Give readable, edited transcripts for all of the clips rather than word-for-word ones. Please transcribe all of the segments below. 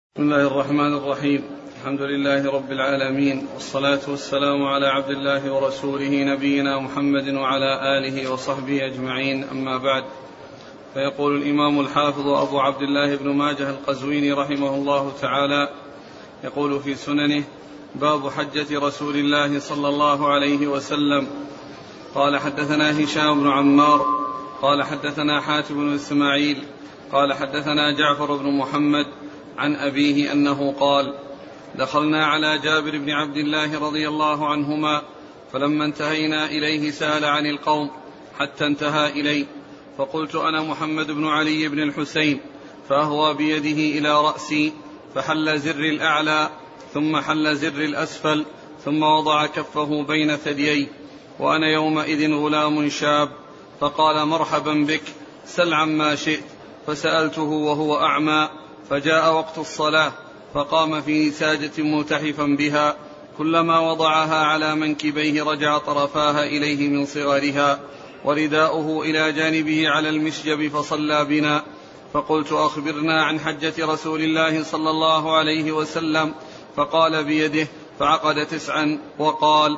بسم الله الرحمن الرحيم. الحمد لله رب العالمين، والصلاة والسلام على عبد الله ورسوله نبينا محمد وعلى آله وصحبه أجمعين، أما بعد. فيقول الإمام الحافظ أبو عبد الله بن ماجه القزويني رحمه الله تعالى، يقول في سننه: باب حجة رسول الله صلى الله عليه وسلم. قال: حدثنا هشام بن عمار قال حدثنا حاتم بن إسماعيل قال حدثنا جعفر بن محمد عن أبيه أنه قال: دخلنا على جابر بن عبد الله رضي الله عنهما، فلما انتهينا إليه سأل عن القوم حتى انتهى إلي، فقلت: أنا محمد بن علي بن الحسين، فأهوى بيده إلى رأسي فحل زر الأعلى ثم حل زر الأسفل ثم وضع كفه بين ثديي، وأنا يومئذ غلام شاب، فقال: مرحبا بك، سل عما شئت. فسألته وهو أعمى، فجاء وقت الصلاة فقام في ساجة ملتحفا بها، كلما وضعها على منكبيه رجع طرفاها إليه من صغرها، ورداؤه إلى جانبه على المشجب، فصلى بنا. فقلت: أخبرنا عن حجة رسول الله صلى الله عليه وسلم. فقال بيده فعقد 9 وقال: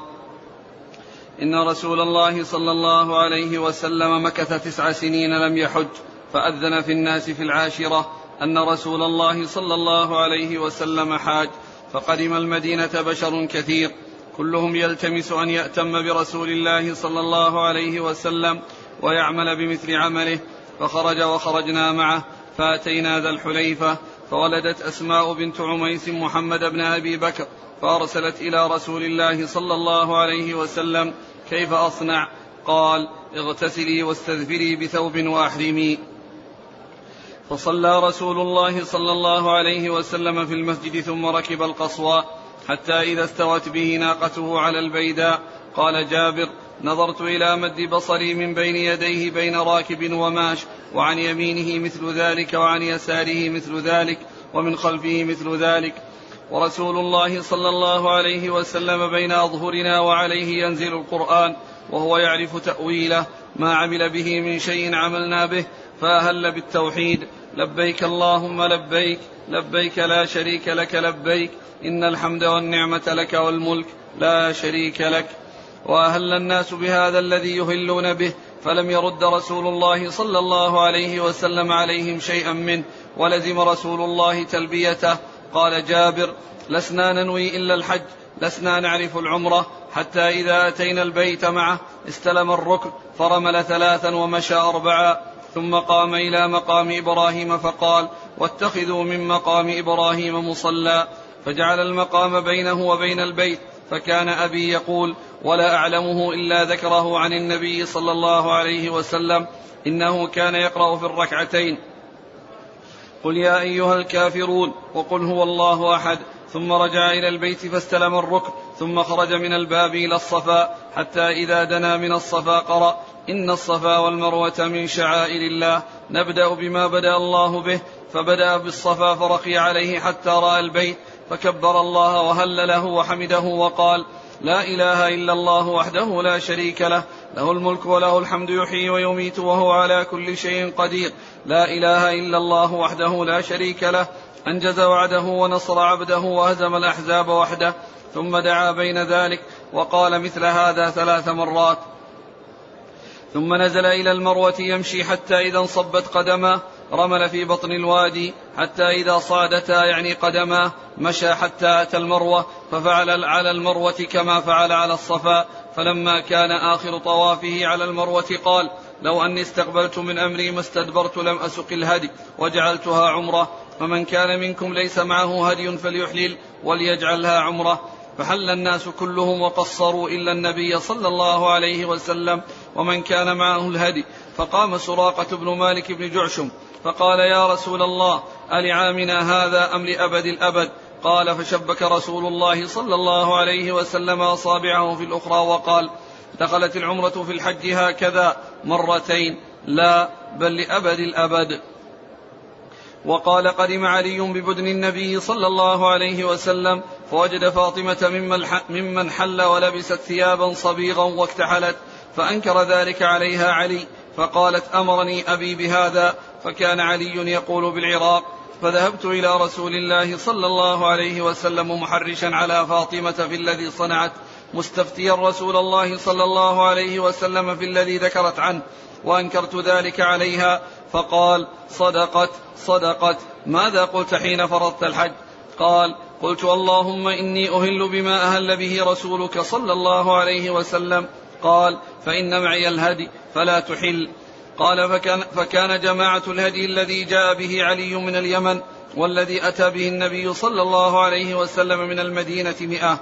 إن رسول الله صلى الله عليه وسلم مكث 9 سنين لم يحج، فأذن في الناس في 10 أن رسول الله صلى الله عليه وسلم حاج، فقدم المدينة بشر كثير كلهم يلتمس أن يأتم برسول الله صلى الله عليه وسلم ويعمل بمثل عمله، فخرج وخرجنا معه، فأتينا ذا الحليفة، فولدت أسماء بنت عميس محمد بن أبي بكر، فأرسلت إلى رسول الله صلى الله عليه وسلم: كيف أصنع؟ قال: اغتسلي واستذفري بثوب وأحرمي. فصلى رسول الله صلى الله عليه وسلم في المسجد، ثم ركب القصواء حتى إذا استوت به ناقته على البيداء. قال جابر: نظرت إلى مد بصري من بين يديه بين راكب وماش، وعن يمينه مثل ذلك وعن يساره مثل ذلك ومن خلفه مثل ذلك، ورسول الله صلى الله عليه وسلم بين أظهرنا وعليه ينزل القرآن، وهو يعرف تأويله، ما عمل به من شيء عملنا به، فأهل بالتوحيد: لبيك اللهم لبيك، لبيك لا شريك لك لبيك، إن الحمد والنعمة لك والملك لا شريك لك. وأهل الناس بهذا الذي يهلون به، فلم يرد رسول الله صلى الله عليه وسلم عليهم شيئا منه، ولزم رسول الله تلبيته. قال جابر: لسنا ننوي إلا الحج، لسنا نعرف العمرة، حتى إذا أتينا البيت معه استلم الركن، فرمل 3 ومشى 4، ثم قام إلى مقام إبراهيم فقال: واتخذوا من مقام إبراهيم مصلى، فجعل المقام بينه وبين البيت. فكان أبي يقول، ولا أعلمه إلا ذكره عن النبي صلى الله عليه وسلم، إنه كان يقرأ في الركعتين: قل يا أيها الكافرون، وقل هو الله أحد، ثم رجع إلى البيت فاستلم الركن، ثم خرج من الباب إلى الصفا، حتى إذا دنا من الصفا قرأ: إن الصفا والمروة من شعائر الله، نبدأ بما بدأ الله به، فبدأ بالصفا فرقي عليه حتى رأى البيت، فكبر الله وهلله وحمده وقال: لا إله إلا الله وحده لا شريك له، له الملك وله الحمد، يحيي ويميت وهو على كل شيء قدير، لا إله إلا الله وحده لا شريك له، أنجز وعده ونصر عبده وهزم الأحزاب وحده. ثم دعا بين ذلك وقال مثل هذا 3 مرات، ثم نزل إلى المروة يمشي حتى إذا انصبت قدماه رمل في بطن الوادي، حتى إذا صعدتا يعني قدماه مشى حتى أتى المروة، ففعل على المروة كما فعل على الصفا. فلما كان آخر طوافه على المروة قال: لو أني استقبلت من أمري ما استدبرت لم أسق الهدي وجعلتها عمرة، فمن كان منكم ليس معه هدي فليحلل وليجعلها عمرة. فحل الناس كلهم وقصروا إلا النبي صلى الله عليه وسلم ومن كان معه الهدي. فقام سراقة بن مالك بن جعشم فقال: يا رسول الله، ألعامنا هذا أم لأبد الأبد؟ قال: فشبك رسول الله صلى الله عليه وسلم أصابعه في الأخرى وقال: دخلت العمرة في الحج هكذا 2 لا، بل لأبد الأبد. وقال: قدم علي ببدن النبي صلى الله عليه وسلم، فوجد فاطمة ممن حل ولبست ثيابا صبيغا واكتحلت، فأنكر ذلك عليها علي، فقالت: أمرني أبي بهذا. فكان علي يقول بالعراق: فذهبت إلى رسول الله صلى الله عليه وسلم محرشا على فاطمة في الذي صنعت، مستفتيا رسول الله صلى الله عليه وسلم في الذي ذكرت عنه، وأنكرت ذلك عليها، فقال: صدقت. ماذا قلت حين فرضت الحج؟ قال: قلت: اللهم إني أهل بما أهل به رسولك صلى الله عليه وسلم. قال: فإن معي الهدي فلا تحل. قال: فكان جماعة الهدي الذي جاء به علي من اليمن والذي أتى به النبي صلى الله عليه وسلم من المدينة 100.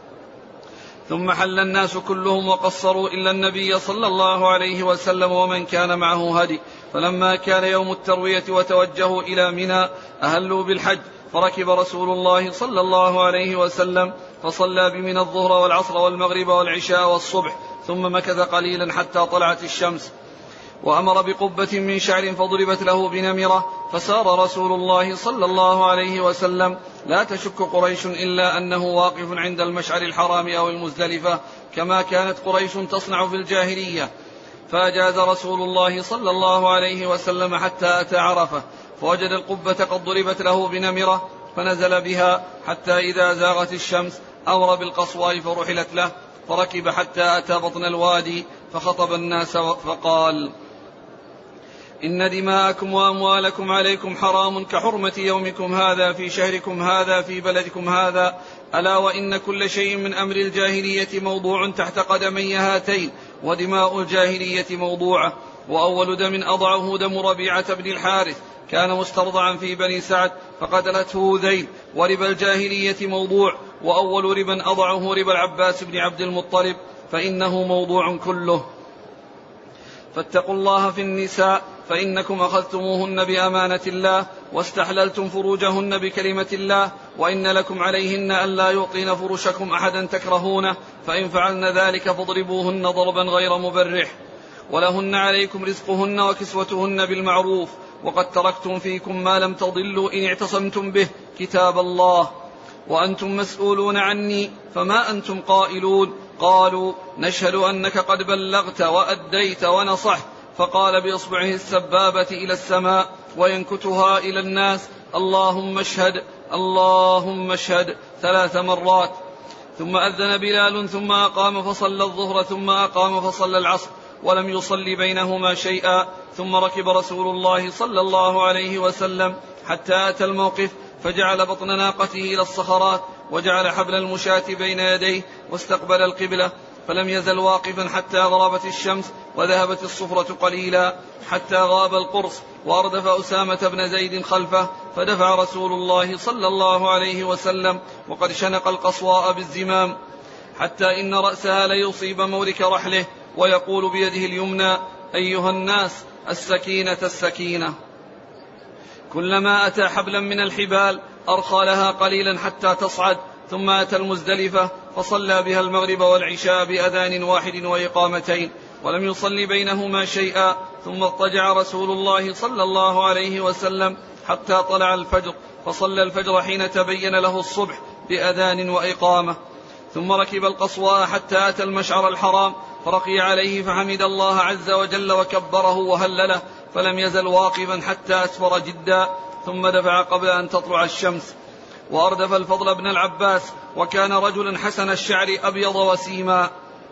ثم حل الناس كلهم وقصروا إلا النبي صلى الله عليه وسلم ومن كان معه هدي. فلما كان يوم التروية وتوجهوا إلى منى أهلوا بالحج، فركب رسول الله صلى الله عليه وسلم فصلى بمنى الظهر والعصر والمغرب والعشاء والصبح، ثم مكث قليلا حتى طلعت الشمس، وأمر بقبة من شعر فضربت له بنمرة، فسار رسول الله صلى الله عليه وسلم لا تشك قريش إلا أنه واقف عند المشعر الحرام أو المزدلفة كما كانت قريش تصنع في الجاهلية. فأجاز رسول الله صلى الله عليه وسلم حتى أتى عرفة، فوجد القبة قد ضربت له بنمرة، فنزل بها حتى إذا زاغت الشمس أمر بالقصواء فرحلت له، فركب حتى أتى بطن الوادي فخطب الناس فقال: إن دماءكم وأموالكم عليكم حرام كحرمة يومكم هذا في شهركم هذا في بلدكم هذا، ألا وإن كل شيء من أمر الجاهلية موضوع تحت قدمي هاتين، ودماء الجاهلية موضوعة. وأول دم أضعه دم ربيعة بن الحارث، كان مسترضعا في بني سعد فقتلته هذيل، وربا الجاهلية موضوع، وأول ربا أضعه ربا العباس بن عبد المطلب، فإنه موضوع كله. فاتقوا الله في النساء، فإنكم أخذتموهن بأمانة الله واستحللتم فروجهن بكلمة الله، وإن لكم عليهن ألا يعطين فرشكم أحدا تكرهونه، فإن فعلن ذلك فاضربوهن ضربا غير مبرح. ولهن عليكم رزقهن وكسوتهن بالمعروف، وقد تركتم فيكم ما لم تضلوا إن اعتصمتم به، كتاب الله، وأنتم مسؤولون عني، فما أنتم قائلون؟ قالوا: نشهد أنك قد بلغت وأديت ونصحت. فقال بإصبعه السبابة إلى السماء وينكتها إلى الناس: اللهم اشهد اللهم اشهد 3 مرات. ثم أذن بلال ثم أقام فصلى الظهر ثم أقام فصلى العصر، ولم يصل بينهما شيئا. ثم ركب رسول الله صلى الله عليه وسلم حتى أتى الموقف، فجعل بطن ناقته إلى الصخرات، وجعل حبل المشاة بين يديه، واستقبل القبلة، فلم يزل واقفا حتى غربت الشمس وذهبت الصفرة قليلا، حتى غاب القرص، وأردف أسامة بن زيد خلفه، فدفع رسول الله صلى الله عليه وسلم وقد شنق القصواء بالزمام، حتى إن رأسها ليصيب مورك رحله، ويقول بيده اليمنى: أيها الناس، السكينة السكينة. كلما أتى حبلا من الحبال أرخى لها قليلا حتى تصعد، ثم أتى المزدلفة فصلى بها المغرب والعشاء بأذان واحد وإقامتين، ولم يصل بينهما شيئا. ثم اضطجع رسول الله صلى الله عليه وسلم حتى طلع الفجر، فصلى الفجر حين تبين له الصبح بأذان وإقامة. ثم ركب القصواء حتى أتى المشعر الحرام، فرقي عليه فحمد الله عز وجل وكبره وهلله، فلم يزل واقفا حتى أسفر جدا، ثم دفع قبل أن تطلع الشمس. وأردف الفضل بن العباس، وكان رجلا حسن الشعر أبيض وسيما.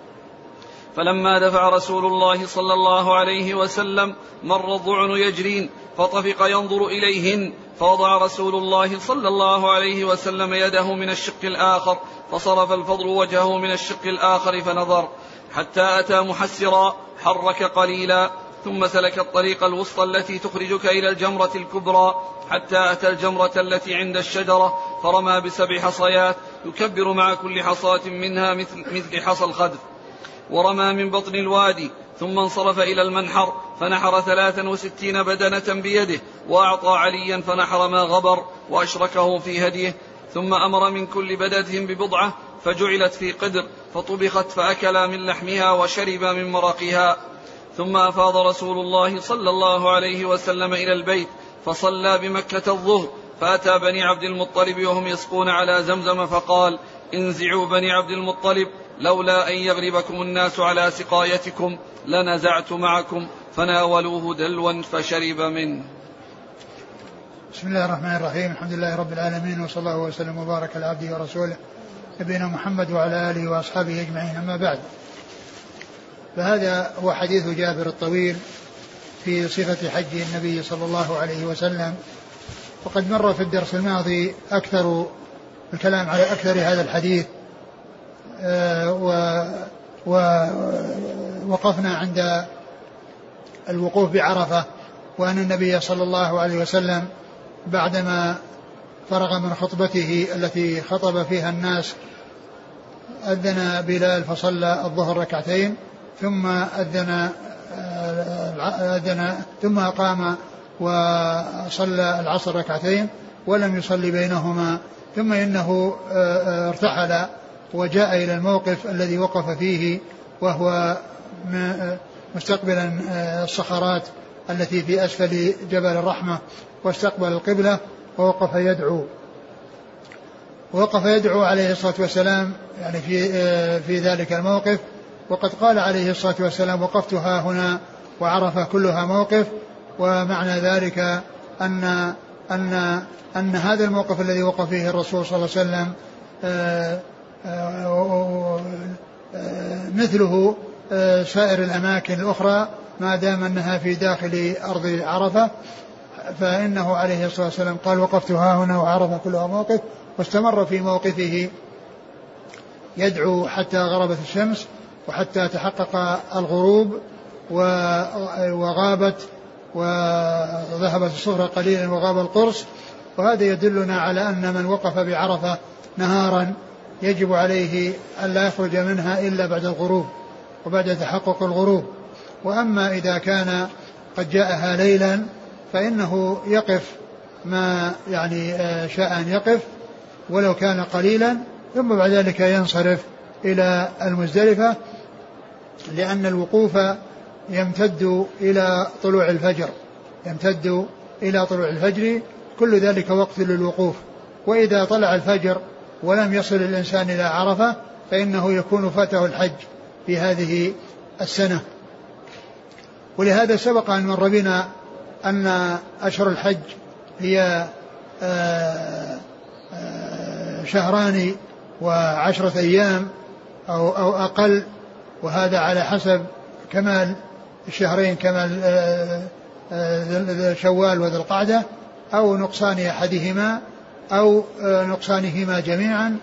فلما دفع رسول الله صلى الله عليه وسلم مر الضعن يجرين، فطفق ينظر إليهن، فوضع رسول الله صلى الله عليه وسلم يده من الشق الآخر، فصرف الفضل وجهه من الشق الآخر فنظر، حتى أتى محسرا حرك قليلا، ثم سلك الطريق الوسطى التي تخرجك إلى الجمرة الكبرى، حتى أتى الجمرة التي عند الشجرة، فرمى ب7 حصيات يكبر مع كل حصاة منها مثل حصى الخذف، ورمى من بطن الوادي، ثم انصرف إلى المنحر فنحر 63 بدنة بيده، وأعطى عليا فنحر ما غبر وأشركه في هديه، ثم أمر من كل بدنة ببضعة فجعلت في قدر، فطبخت فأكلا من لحمها وشرب من مرقها. ثم أفاض رسول الله صلى الله عليه وسلم إلى البيت، فصلى بمكة الظهر، فأتى بني عبد المطلب وهم يسقون على زمزم، فقال: انزعوا بني عبد المطلب، لولا أن يغربكم الناس على سقايتكم لنزعت معكم، فناولوه دلوا فشرب منه. بسم الله الرحمن الرحيم. الحمد لله رب العالمين، وصلى الله وسلم وبارك على عبده ورسوله نبينا محمد وعلى آله وأصحابه أجمعين. أما بعد، فهذا هو حديث جابر الطويل في صفة حج النبي صلى الله عليه وسلم. وقد مر في الدرس الماضي أكثر الكلام على أكثر هذا الحديث، ووقفنا عند الوقوف بعرفة، وأن النبي صلى الله عليه وسلم بعدما فرغ من خطبته التي خطب فيها الناس أذن بلال فصلى الظهر ركعتين، ثم قام وصلى العصر ركعتين ولم يصلي بينهما، ثم إنه ارتحل وجاء إلى الموقف الذي وقف فيه، وهو مستقبلا الصخرات التي في أسفل جبل الرحمة، واستقبل القبلة ووقف يدعو عليه الصلاة والسلام يعني في ذلك الموقف. وقد قال عليه الصلاة والسلام: وقفتها هنا وعرفة كلها موقف. ومعنى ذلك أن هذا الموقف الذي وقف فيه الرسول صلى الله عليه وسلم مثله سائر الأماكن الأخرى ما دام أنها في داخل أرض عرفة، فإنه عليه الصلاة والسلام قال: وقفتها هنا وعرفة كلها موقف. واستمر في موقفه يدعو حتى غربت الشمس وحتى تحقق الغروب وغابت وذهبت الصفرة قليلا وغاب القرص. وهذا يدلنا على أن من وقف بعرفة نهارا يجب عليه أن لا يخرج منها إلا بعد الغروب وبعد تحقق الغروب. وأما إذا كان قد جاءها ليلا فإنه يقف ما يعني شاء أن يقف ولو كان قليلا، ثم بعد ذلك ينصرف إلى المزدلفة، لأن الوقوف يمتد إلى طلوع الفجر، كل ذلك وقت للوقوف. وإذا طلع الفجر ولم يصل الإنسان إلى عرفة فإنه يكون فاته الحج في هذه السنة. ولهذا سبق أن مر بنا أن أشهر الحج هي 2 و10 أيام أو أقل، وهذا على حسب كمال الشهرين، كمال شوال وذي القعدة، أو نقصان أحدهما أو نقصانهما جميعا.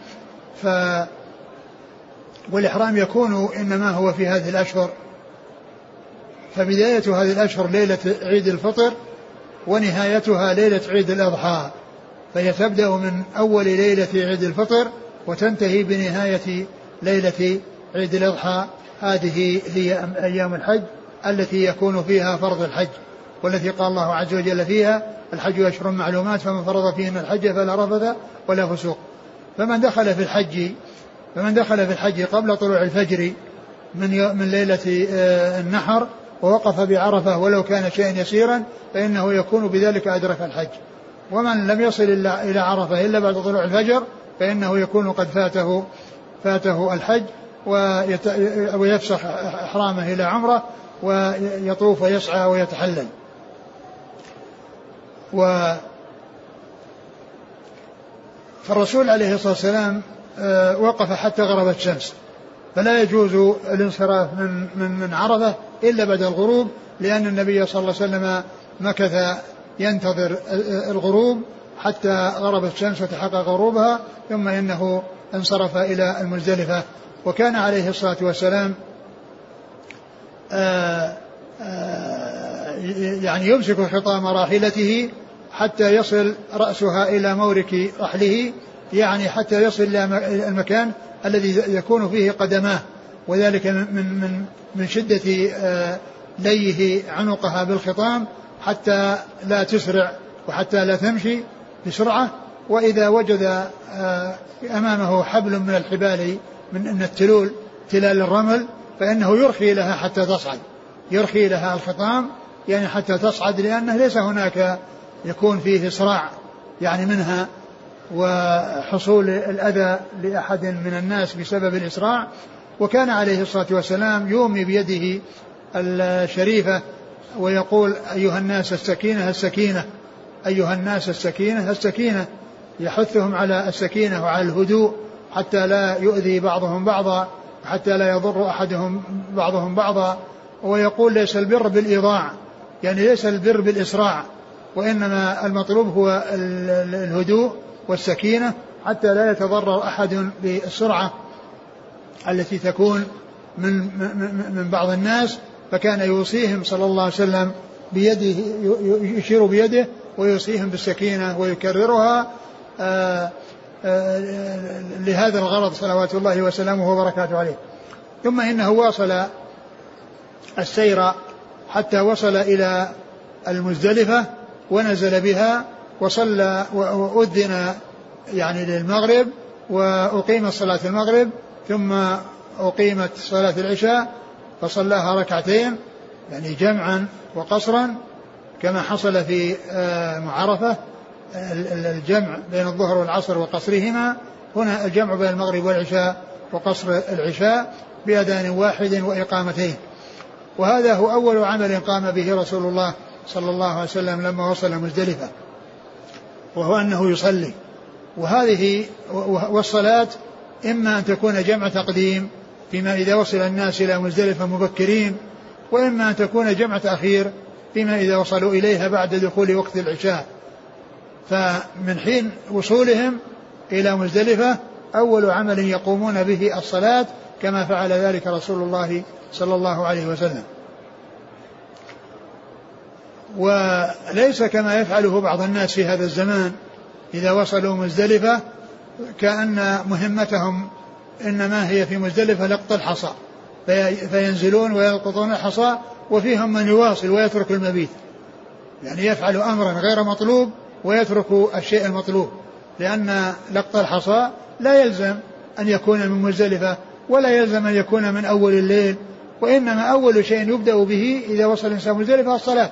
والإحرام يكون إنما هو في هذه الأشهر. فبداية هذه الأشهر ليلة عيد الفطر، ونهايتها ليلة عيد الأضحى، فهي تبدأ من أول ليلة عيد الفطر وتنتهي بنهاية ليلة عيد الأضحى. هذه هي أيام الحج التي يكون فيها فرض الحج، والتي قال الله عز وجل فيها: الحج أشهر معلومات فمن فرض فيهن الحج فلا رفث ولا فسوق. فمن دخل في الحج قبل طلوع الفجر من ليلة النحر ووقف بعرفة ولو كان شيئا يسيرا فإنه يكون بذلك أدرك الحج. ومن لم يصل إلى عرفة إلا بعد طلوع الفجر فإنه يكون قد فاته الحج، ويفسخ إحرامه إلى عمرة ويطوف ويسعى ويتحلل. فالرسول عليه الصلاة والسلام وقف حتى غربت الشمس، فلا يجوز الانصراف من عرفة إلا بعد الغروب، لأن النبي صلى الله عليه وسلم مكث ينتظر الغروب حتى غربت الشمس وتحقق غروبها، ثم إنه انصرف إلى المزدلفة. وكان عليه الصلاة والسلام يعني يمسك خطام راحلته حتى يصل رأسها إلى مورك رحله، يعني حتى يصل إلى المكان الذي يكون فيه قدماه، وذلك من شدة ليه عنقها بالخطام حتى لا تسرع وحتى لا تمشي بسرعة. وإذا وجد أمامه حبل من الحبال من التلول تلال الرمل فإنه يرخي لها حتى تصعد، يرخي لها الخطام يعني حتى تصعد، لأنه ليس هناك يكون فيه إسراع يعني منها وحصول الأذى لأحد من الناس بسبب الإسراع. وكان عليه الصلاة والسلام يومي بيده الشريفة ويقول: أيها الناس السكينة السكينة، أيها الناس السكينة السكينة، يحثهم على السكينة وعلى الهدوء حتى لا يؤذي بعضهم بعضا وحتى لا يضر أحدهم بعضهم بعضا. ويقول ليس البر بالإيضاع، يعني ليس البر بالإسراع، وإنما المطلوب هو الهدوء والسكينة حتى لا يتضرر أحد بالسرعة التي تكون من بعض الناس. فكان يوصيهم صلى الله عليه وسلم بيده، يشير بيده ويوصيهم بالسكينة ويكررها لهذا الغرض صلوات الله وسلامه وبركاته عليه. ثم إنه واصل السير حتى وصل إلى المزدلفة ونزل بها وصلى وأذن يعني للمغرب وأقيمت صلاة المغرب ثم أقيمت صلاة العشاء فصلاها ركعتين يعني جمعا وقصرا كما حصل في معرفة الجمع بين الظهر والعصر وقصرهما. هنا الجمع بين المغرب والعشاء وقصر العشاء بأذان واحد وإقامتين. وهذا هو أول عمل قام به رسول الله صلى الله عليه وسلم لما وصل مزدلفة، وهو أنه يصلي. وهذه والصلاة إما أن تكون جمع تقديم فيما إذا وصل الناس إلى مزدلفة مبكرين، وإما أن تكون جمع تأخير فيما إذا وصلوا إليها بعد دخول وقت العشاء. فمن حين وصولهم إلى مزدلفة أول عمل يقومون به الصلاة كما فعل ذلك رسول الله صلى الله عليه وسلم. وليس كما يفعله بعض الناس في هذا الزمان إذا وصلوا مزدلفة كأن مهمتهم إنما هي في مزدلفة لقط الحصى، فينزلون ويلقطون الحصى وفيهم من يواصل ويترك المبيت، يعني يفعل أمرا غير مطلوب ويترك الشيء المطلوب، لأن لقط الحصى لا يلزم أن يكون من مزدلفة ولا يلزم أن يكون من أول الليل، وإنما أول شيء يبدأ به إذا وصل الإنسان مزدلفة الصلاة.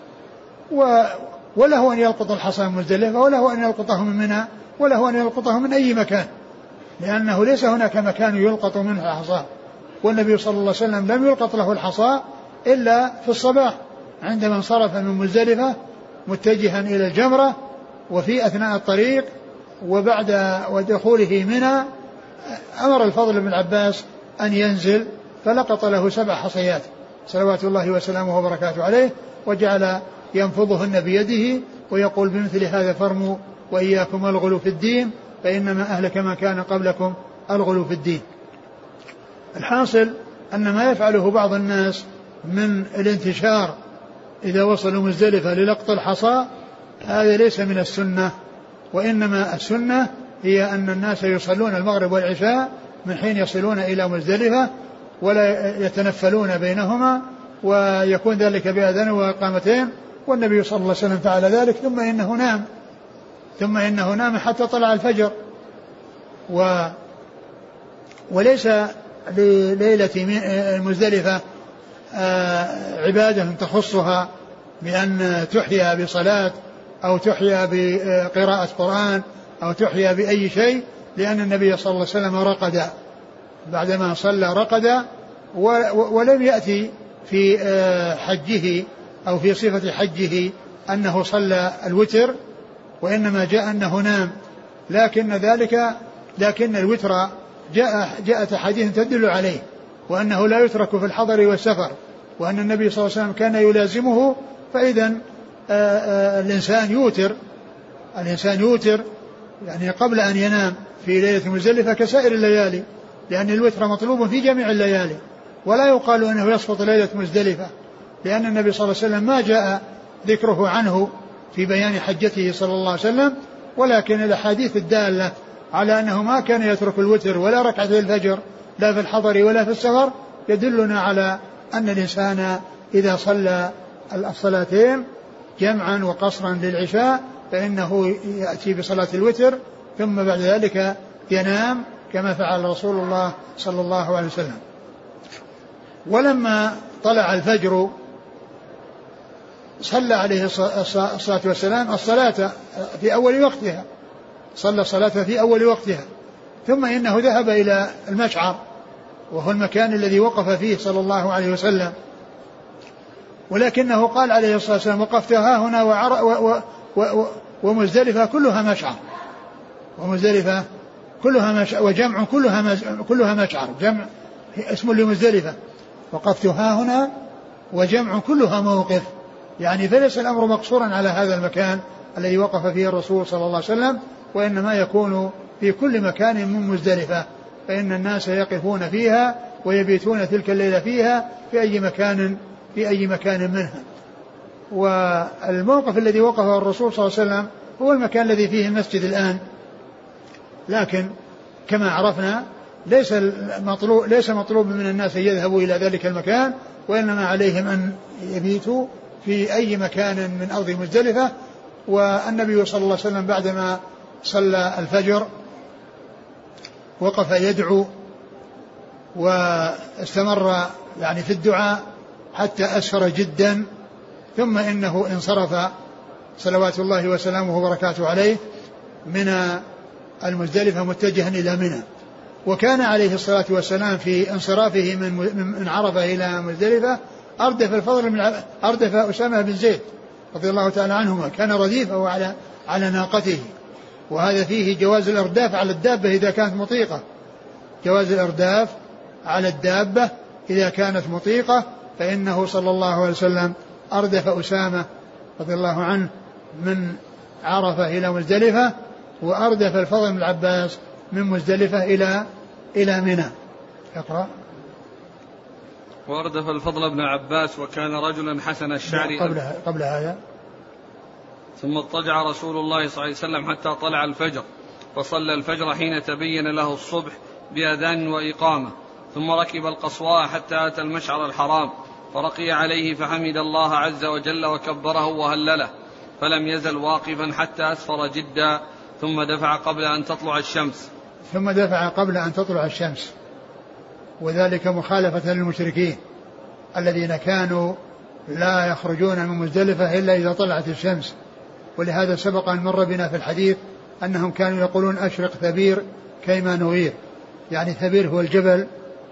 ولا هو أن يلقط الحصى من مزدلفة ولا هو أن يلقطه من منى ولا هو أن يلقطه من أي مكان، لأنه ليس هناك مكان يلقط منه الحصى. والنبي صلى الله عليه وسلم لم يلقط له الحصى إلا في الصباح عندما انصرف من مزدلفة متجها إلى الجمرة، وفي أثناء الطريق وبعد ودخوله منى أمر الفضل بن عباس أن ينزل فلقط له 7 حصيات صلوات الله وسلامه وبركاته عليه، وجعل ينفضهن بيده ويقول بمثل هذا فرموا وإياكم الغلو في الدين فإنما أهلك ما كان قبلكم الغلو في الدين. الحاصل أن ما يفعله بعض الناس من الانتشار إذا وصلوا مزدلفة للقط الحصى هذا ليس من السنة، وإنما السنة هي أن الناس يصلون المغرب والعشاء من حين يصلون إلى مزدلفة ولا يتنفلون بينهما، ويكون ذلك بأذان وإقامتين. والنبي صلى الله عليه وسلم فعل ذلك ثم إنه نام حتى طلع الفجر. وليس لليلة المزدلفة عبادة تخصها بأن تحيا بصلاة أو تحيا بقراءة قرآن أو تحيا بأي شيء، لأن النبي صلى الله عليه وسلم رقد بعدما صلى رقد، ولم يأتي في حجه أو في صفة حجه أنه صلى الوتر، وإنما جاء أنه نام. لكن الوتر جاءت أحاديث تدل عليه، وأنه لا يترك في الحضر والسفر، وأن النبي صلى الله عليه وسلم كان يلازمه. فإذا الإنسان يوتر يعني قبل أن ينام في ليلة مزدلفة كسائر الليالي، لأن الوتر مطلوب في جميع الليالي، ولا يقال أنه يسقط ليلة مزدلفة، لأن النبي صلى الله عليه وسلم ما جاء ذكره عنه في بيان حجته صلى الله عليه وسلم، ولكن الأحاديث الدالة على أنه ما كان يترك الوتر ولا ركعتي الفجر لا في الحضر ولا في السفر يدلنا على أن الإنسان إذا صلى الصلاتين جمعا وقصرا للعشاء فإنه يأتي بصلاة الوتر ثم بعد ذلك ينام كما فعل رسول الله صلى الله عليه وسلم. ولما طلع الفجر صلى عليه الصلاة والسلام الصلاة في أول وقتها، صلى الصلاة في أول وقتها، ثم إنه ذهب إلى المشعر وهو المكان الذي وقف فيه صلى الله عليه وسلم، ولكنه قال عليه الصلاة والسلام وقفت ها هنا ومزدلفة كلها مشعر، ومزدلفة كلها مشعر، وجمع كلها مشعر، جمع اسم لمزدلفة. وقفت ها هنا وجمع كلها موقف، يعني فليس الأمر مقصورا على هذا المكان الذي وقف فيه الرسول صلى الله عليه وسلم، وإنما يكون في كل مكان من مزدلفة، فإن الناس يقفون فيها ويبيتون تلك الليلة فيها في أي مكان منها. والموقف الذي وقفه الرسول صلى الله عليه وسلم هو المكان الذي فيه المسجد الآن، لكن كما عرفنا ليس مطلوب من الناس أن يذهبوا إلى ذلك المكان، وإنما عليهم أن يبيتوا في أي مكان من أرض مزدلفة. والنبي صلى الله عليه وسلم بعدما صلى الفجر وقف يدعو واستمر يعني في الدعاء حتى أسفر جدا، ثم إنه انصرف صلوات الله وسلامه وبركاته عليه من المزدلفة متجها إلى منى. وكان عليه الصلاة والسلام في انصرافه من عرفة إلى مزدلفة أردف أسامة بن زيد رضي الله تعالى عنهما، كان رديفه على ناقته، وهذا فيه جواز الإرداف على الدابة إذا كانت مطيقة، جواز الإرداف على الدابة إذا كانت مطيقة، فإنه صلى الله عليه وسلم أردف أسامة رضي الله عنه من عرفة إلى مزدلفة، وأردف الفضل بن العباس من مزدلفة إلى منى. اقرأ. وأردف الفضل بن عباس وكان رجلا حسن الشعر قبل هذا. ثم اضطجع رسول الله صلى الله عليه وسلم حتى طلع الفجر، فصلى الفجر حين تبين له الصبح بأذان وإقامة، ثم ركب القصواء حتى أتى المشعر الحرام، فرقي عليه فحمد الله عز وجل وكبره وهلله، فلم يزل واقفا حتى أسفر جدا، ثم دفع قبل أن تطلع الشمس، وذلك مخالفة للمشركين الذين كانوا لا يخرجون من مزدلفة إلا إذا طلعت الشمس. ولهذا سبق أن مر بنا في الحديث أنهم كانوا يقولون أشرق ثبير كيما نغير، يعني ثبير هو الجبل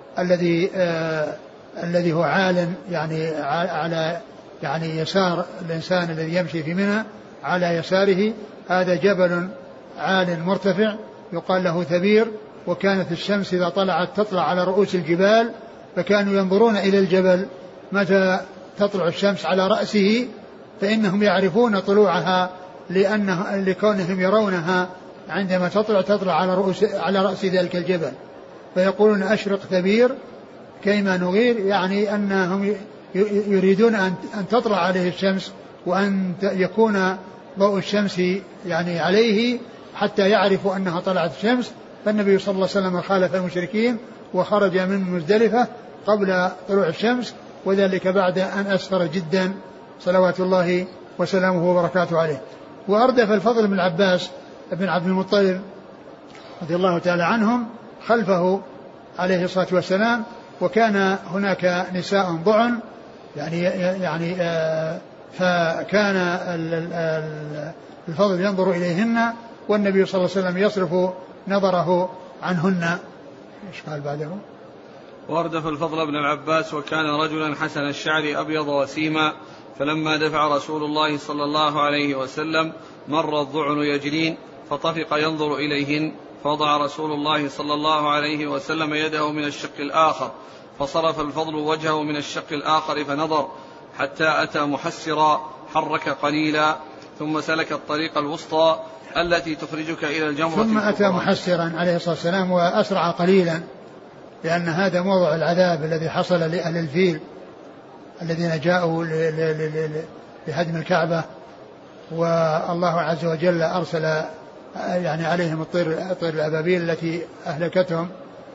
الذي هو عال يعني على يعني يسار الإنسان الذي يمشي في منى، على يساره هذا جبل عال مرتفع يقال له ثبير. وكانت الشمس إذا طلعت تطلع على رؤوس الجبال، فكانوا ينظرون إلى الجبل متى تطلع الشمس على رأسه، فإنهم يعرفون طلوعها لكونهم يرونها عندما تطلع على رأس ذلك الجبل، فيقولون أشرق ثبير كيما نغير، يعني أنهم يريدون أن تطلع عليه الشمس وأن يكون ضوء الشمس يعني عليه حتى يعرفوا أنها طلعت الشمس. فالنبي صلى الله عليه وسلم خالف المشركين وخرج من مزدلفة قبل طلوع الشمس، وذلك بعد أن أسفر جدا صلوات الله وسلامه وبركاته عليه. وأردف الفضل بن العباس بن عبد المطلب رضي الله تعالى عنهم خلفه عليه الصلاة والسلام، وكان هناك نساء ضعن يعني فكان الفضل ينظر إليهن، والنبي صلى الله عليه وسلم يصرف نظره عنهن. ايش قال بعده؟ واردف الفضل بن العباس وكان رجلا حسن الشعر أبيض وسيما، فلما دفع رسول الله صلى الله عليه وسلم مر الضعن يجرين، فطفق ينظر إليهن، فوضع رسول الله صلى الله عليه وسلم يده من الشق الآخر، فصرف الفضل وجهه من الشق الآخر فنظر حتى أتى محسرا، حرك قليلا، ثم سلك الطريق الوسطى التي تخرجك إلى الجمرة، ثم أتى محسرا عليه الصلاة والسلام وأسرع قليلا، لأن هذا موضع العذاب الذي حصل لأهل الفيل الذين جاءوا لهدم الكعبة، والله عز وجل أرسل يعني عليهم الطير الأبابيل التي أهلكتهم،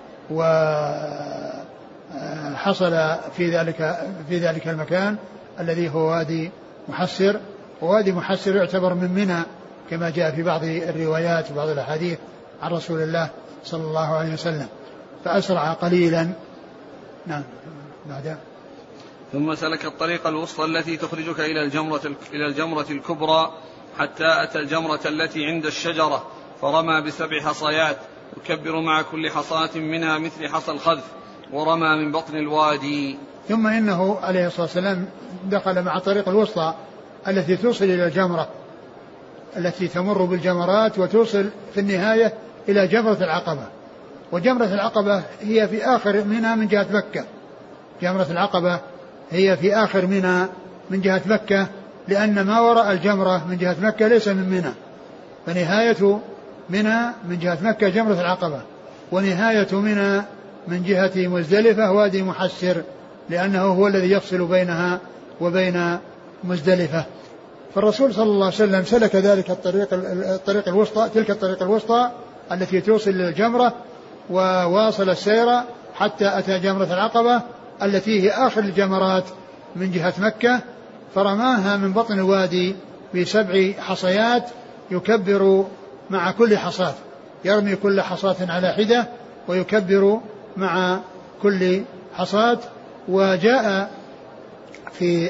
وحصل في ذلك المكان الذي هو وادي محسر. ووادي محسر يعتبر من منى كما جاء في بعض الروايات وبعض الأحاديث عن رسول الله صلى الله عليه وسلم، فأسرع قليلا. نعم. بعد ثم سلك الطريق الوسطى التي تخرجك إلى الجمرة الكبرى حتى أتى الجمرة التي عند الشجرة، فرمى ب7 حصيات يكبر مع كل حصاة منها مثل حصى الخذف، ورمى من بطن الوادي. ثم إنه عليه الصلاة والسلام دخل مع الطريق الوسطى التي توصل إلى الجمرة، التي تمر بالجمرات وتوصل في النهاية إلى جمرة العقبة. وجمرة العقبة هي في آخر منى من جهة مكة. جمرة العقبة هي في آخر منى من جهة مكة، لأن ما وراء الجمرة من جهة مكة ليس من منى، فنهاية منى من جهة مكة جمرة العقبة، ونهاية منى من جهة مزدلفة وادي محسر، لأنه هو الذي يفصل بينها وبين مزدلفة. فالرسول صلى الله عليه وسلم سلك ذلك الطريق الوسطى، تلك الطريق الوسطى التي توصل للجمرة، وواصل السير حتى أتى جمرة العقبة التي هي آخر الجمرات من جهة مكة، فرماها من بطن الوادي ب7 حصيات، يكبر مع كل حصاة، يرمي كل حصاة على حدة ويكبر مع كل حصاة. وجاء في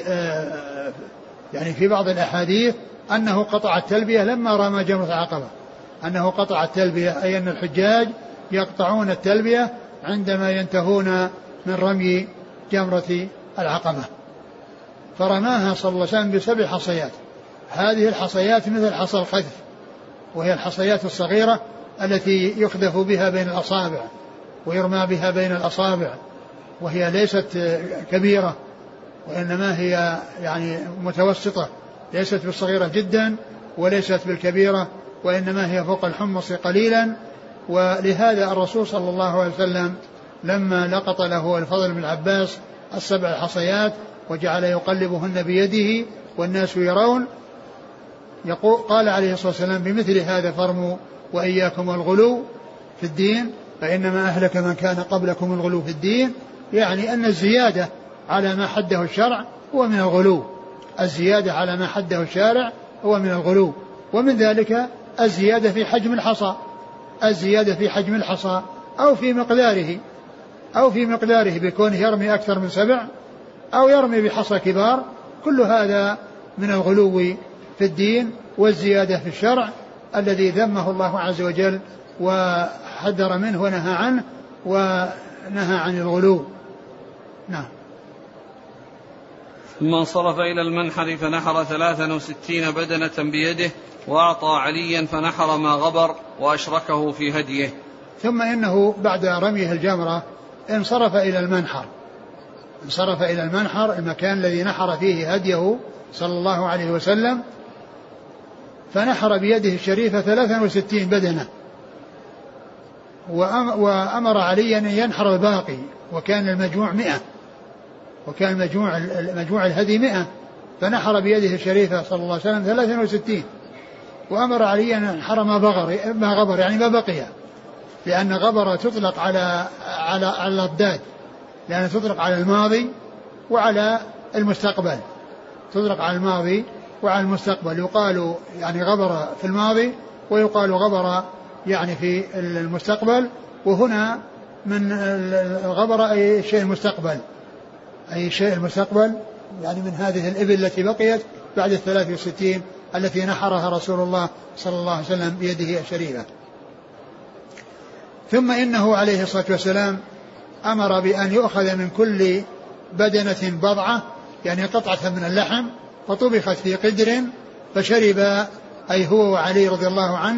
يعني في بعض الأحاديث أنه قطع التلبية لما رمى جمرة العقبة، أنه قطع التلبية، أي أن الحجاج يقطعون التلبية عندما ينتهون من رمي جمرة العقبة. فرماها صلى الله عليه وسلم ب7 حصيات. هذه الحصيات مثل حصى القذف، وهي الحصيات الصغيرة التي يقذف بها بين الأصابع ويرمى بها بين الأصابع، وهي ليست كبيرة وإنما هي يعني متوسطة، ليست بالصغيرة جدا وليست بالكبيرة، وإنما هي فوق الحمص قليلا. ولهذا الرسول صلى الله عليه وسلم لما لقط له الفضل بن عباس 7 حصيات وجعل يقلبهن بيده والناس يرون، قال عليه الصلاة والسلام: بمثل هذا فرموا وإياكم الغلو في الدين فإنما أهلك من كان قبلكم الغلو في الدين. يعني أن الزيادة على ما حده الشرع هو من الغلو، الزيادة على ما حده الشارع هو من الغلو. ومن ذلك الزيادة في حجم الحصى، الزيادة في حجم الحصى أو في مقداره بكونه يرمي أكثر من 7 أو يرمي بحصى كبار، كل هذا من الغلو في الدين والزيادة في الشرع الذي ذمه الله عز وجل وحذر منه ونهى عنه، ونهى عن الغلو. نعم. ثم انصرف إلى المنحر فنحر 63 بدنة بيده، وأعطى عليا فنحر ما غبر وأشركه في هديه. ثم إنه بعد رميه الجمرة انصرف إلى المنحر، المكان الذي نحر فيه هديه صلى الله عليه وسلم، فنحر بيده الشريفة 63 بدنة، وأمر عليا أن ينحر الباقي، وكان المجموع 100، وكان مجموع الهدي 100، فنحر بيده الشريفة صلى الله عليه وسلم 63، وأمر عليا أن ينحر ما غبر يعني ما بقي، لأن غبر تطلق على الضداد، لأن تطلق على الماضي وعلى المستقبل، تطلق على الماضي وعلى المستقبل، يقال يعني غبر في الماضي ويقال غبر يعني في المستقبل. وهنا من الغبر أي شيء المستقبل، أي شيء المستقبل يعني من هذه الإبل التي بقيت بعد 63 التي نحرها رسول الله صلى الله عليه وسلم بيده الشريفة. ثم إنه عليه الصلاة والسلام أمر بأن يؤخذ من كل بدنة بضعة، يعني قطعة من اللحم، فطبخت في قدر فشرب أي هو وعلي رضي الله عنه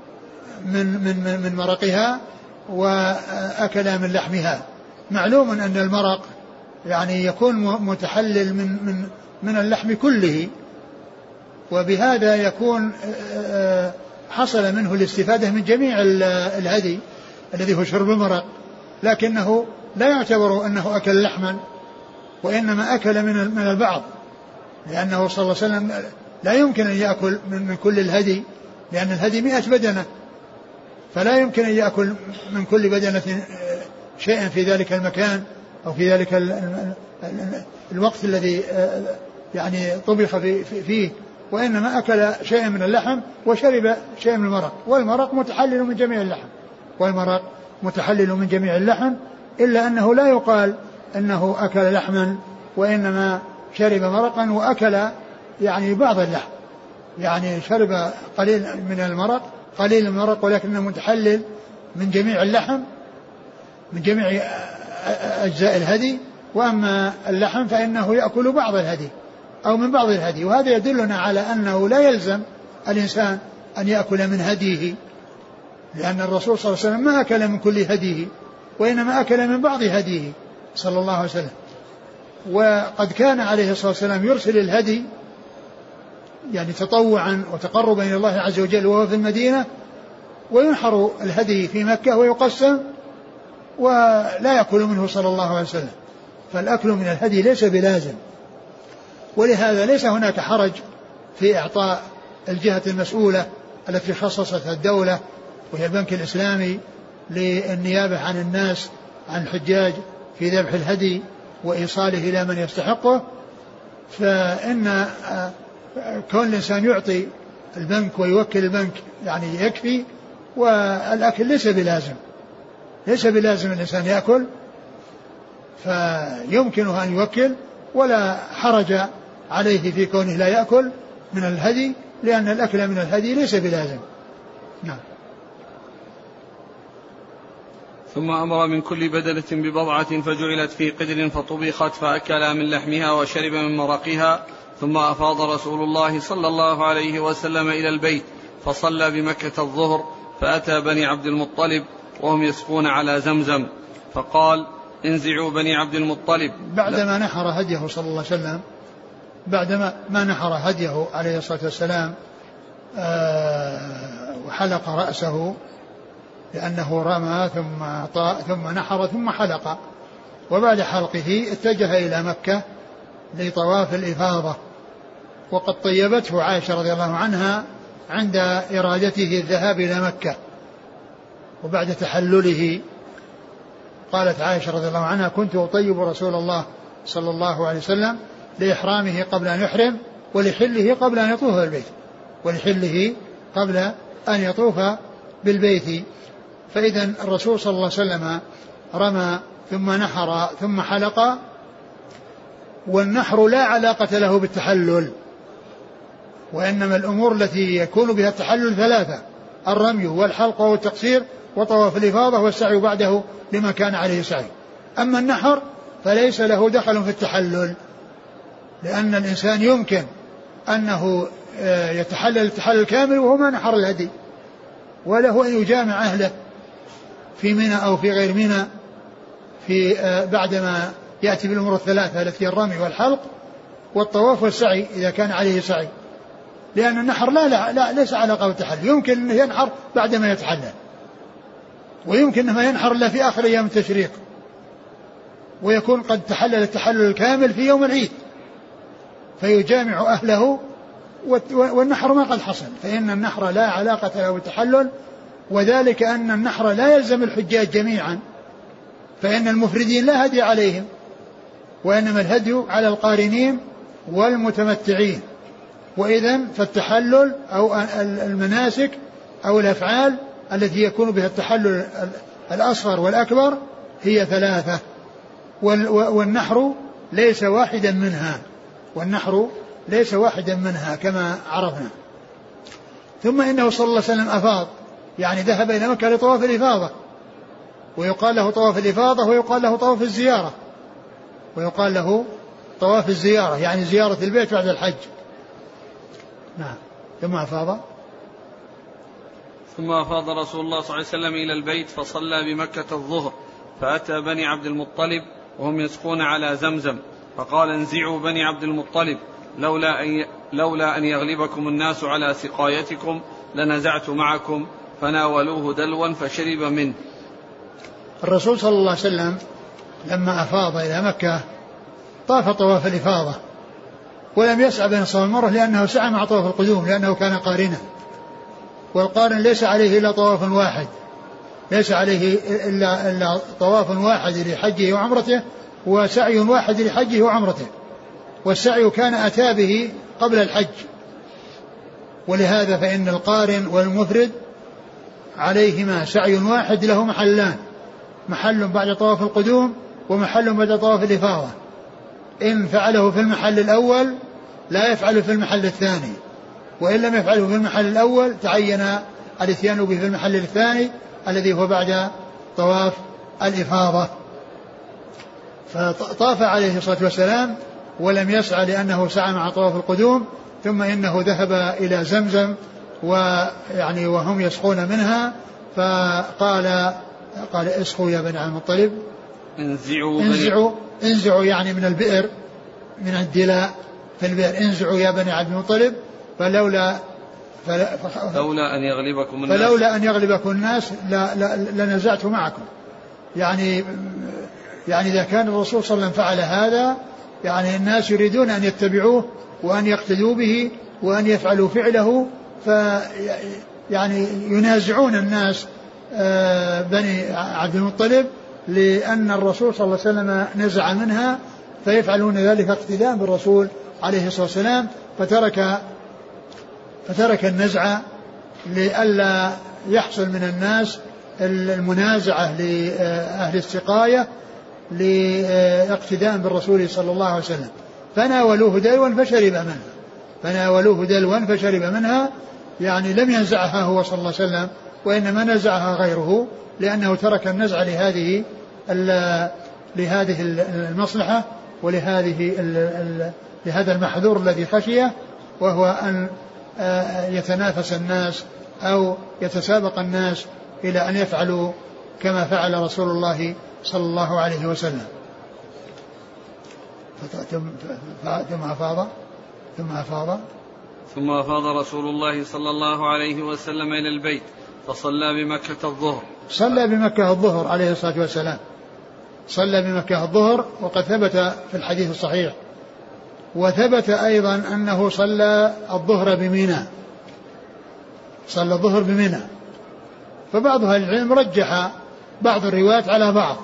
من مرقها وأكل من لحمها. معلوم أن المرق يعني يكون متحلل من اللحم كله، وبهذا يكون حصل منه الاستفادة من جميع الهدي الذي هو شرب المرق، لكنه لا يعتبر أنه أكل لحما، وإنما أكل من البعض، لأنه صلى الله عليه وسلم لا يمكن أن يأكل من كل الهدي، لأن الهدي 100 بدنة، فلا يمكن أن يأكل من كل بدنة شيئا في ذلك المكان أو في ذلك الوقت الذي يعني طبخ فيه، وإنما أكل شيئا من اللحم وشرب شيئا من المرق، والمرق متحلل من جميع اللحم، والمرق متحلل من جميع اللحم، إلا أنه لا يقال أنه أكل لحما، وإنما شرب مرقا وأكل يعني بعض اللحم، يعني شرب قليل من المرق، قليل من المرق ولكنه متحلل من جميع اللحم، من جميع أجزاء الهدي. وأما اللحم فإنه يأكل بعض الهدي أو من بعض الهدي، وهذا يدلنا على أنه لا يلزم الإنسان أن يأكل من هديه، لأن الرسول صلى الله عليه وسلم ما أكل من كل هديه، وإنما أكل من بعض هديه صلى الله عليه وسلم. وقد كان عليه الصلاة والسلام يرسل الهدي يعني تطوعا وتقربا إلى الله عز وجل وهو في المدينة، وينحر الهدي في مكة ويقسم ولا يأكل منه صلى الله عليه وسلم. فالأكل من الهدي ليس بلازم، ولهذا ليس هناك حرج في إعطاء الجهة المسؤولة التي خصصتها الدولة وهي البنك الإسلامي للنيابة عن الناس عن الحجاج في ذبح الهدي وإيصاله إلى من يستحقه. فإن كون الإنسان يعطي البنك ويوكل البنك يعني يكفي، والأكل ليس بلازم الإنسان يأكل، فيمكنه أن يوكل ولا حرج عليه في كونه لا يأكل من الهدي، لأن الأكل من الهدي ليس بلازم. نعم. ثم أمر من كل بدنة ببضعة فجعلت في قدر فطبخت فأكل من لحمها وشرب من مرقها. ثم أفاض رسول الله صلى الله عليه وسلم إلى البيت فصلى بمكة الظهر، فأتى بني عبد المطلب وهم يسقون على زمزم، فقال: انزعوا بني عبد المطلب. بعدما نحر هديه صلى الله عليه وسلم، بعدما ما نحر هديه عليه الصلاة والسلام وحلق رأسه، لأنه رمى ثم نحر ثم حلق، وبعد حلقه اتجه إلى مكة لطواف الإفاضة. وقد طيبته عائشة رضي الله عنها عند إرادته الذهاب إلى مكة، وبعد تحلله قالت عائشة رضي الله عنها: كنت أطيب رسول الله صلى الله عليه وسلم لإحرامه قبل أن يحرم ولحله قبل أن يطوف بالبيت، ولحله قبل أن يطوف بالبيت. فإذا الرسول صلى الله عليه وسلم رمى ثم نحر ثم حلق، والنحر لا علاقة له بالتحلل، وإنما الأمور التي يكون بها التحلل ثلاثة: الرمي والحلق والتقصير وطواف الإفاضة والسعي بعده لما كان عليه سعي. أما النحر فليس له دخل في التحلل، لأن الإنسان يمكن أنه يتحلل التحلل الكامل وهو ما نحر الهدي، وله أن يجامع أهله في منى أو في غير منى في بعدما يأتي بالأمور الثلاثة التي الرمي والحلق والطواف والسعي إذا كان عليه سعي، لأن النحر لا ليس علاقة بالتحلل. يمكن أنه ينحر بعدما يتحلل، ويمكن أنه ينحر إلا في آخر أيام التشريق، ويكون قد تحلل التحلل الكامل في يوم العيد فيجامع أهله، والنحر ما قد حصل. فإن النحر لا علاقة له بالتحلل، وذلك أن النحر لا يلزم الحجاج جميعا، فإن المفردين لا هدي عليهم، وإنما الهدي على القارنين والمتمتعين. وإذن فالتحلل أو المناسك أو الأفعال التي يكون بها التحلل الأصغر والأكبر هي ثلاثة، والنحر ليس واحدا منها كما عرفنا. ثم إنه صلى الله عليه وسلم أفاض، يعني ذهب إلى مكة لطواف الإفاضة، ويقال له طواف الإفاضة ويقال له طواف الزيارة، يعني زيارة البيت بعد الحج. نعم. ثم أفاض رسول الله صلى الله عليه وسلم إلى البيت فصلى بمكة الظهر، فأتى بني عبد المطلب وهم يسقون على زمزم، فقال: انزعوا بني عبد المطلب، لولا أن يغلبكم الناس على سقايتكم لنزعت معكم، فناولوه دلوا فشرب منه. الرسول صلى الله عليه وسلم لما أفاض إلى مكة طاف طواف الإفاضة، ولم يسعى بين الصفا والمروة، لأنه سعى مع طواف القدوم، لأنه كان قارنا، والقارن ليس عليه إلا طواف واحد، ليس عليه إلا طواف واحد لحجه وعمرته، وسعي واحد لحجه وعمرته، والسعي كان أتى به قبل الحج. ولهذا فإن القارن والمفرد عليهما سعي واحد له محلان: محل بعد طواف القدوم ومحل بعد طواف الإفاضة. إن فعله في المحل الأول لا يفعله في المحل الثاني، وإن لم يفعله في المحل الأول تعين الاتيان به في المحل الثاني الذي هو بعد طواف الإفاضة. فطاف عليه الصلاة والسلام ولم يسعى لأنه سعى مع طواف القدوم، ثم إنه ذهب إلى زمزم ويعني وهم يسقون منها، فقال اسقوا يا بني عبد المطلب، انزعوا يعني من البئر، من الدلاء في البئر، انزعوا يا بني عبد المطلب فلولا أن يغلبكم الناس لنزعت معكم. يعني إذا كان الرسول صلى الله عليه وسلم فعل هذا، يعني الناس يريدون أن يتبعوه وأن يقتدوا به وأن يفعلوا فعله، يعني ينازعون الناس بني عبد المطلب لأن الرسول صلى الله عليه وسلم نزع منها، فيفعلون ذلك اقتداء بالرسول عليه الصلاة والسلام، فترك النزع لئلا يحصل من الناس المنازعة لأهل السقاية لاقتداء بالرسول صلى الله عليه وسلم. فناولوه دلوا فشرب منها، يعني لم ينزعها هو صلى الله عليه وسلم، وإنما نزعها غيره، لأنه ترك النزع لهذه المصلحة لهذا المحذور الذي خشيه، وهو أن يتنافس الناس أو يتسابق الناس إلى أن يفعلوا كما فعل رسول الله صلى الله عليه وسلم. ثم أفاض رسول الله صلى الله عليه وسلم إلى البيت فصلى بمكة الظهر. صلى بمكة الظهر عليه الصلاة والسلام، صلى بمكة الظهر، وقد ثبت في الحديث الصحيح، وثبت أيضا أنه صلى الظهر بمنى، فبعض أهل العلم رجح بعض الروايات على بعض،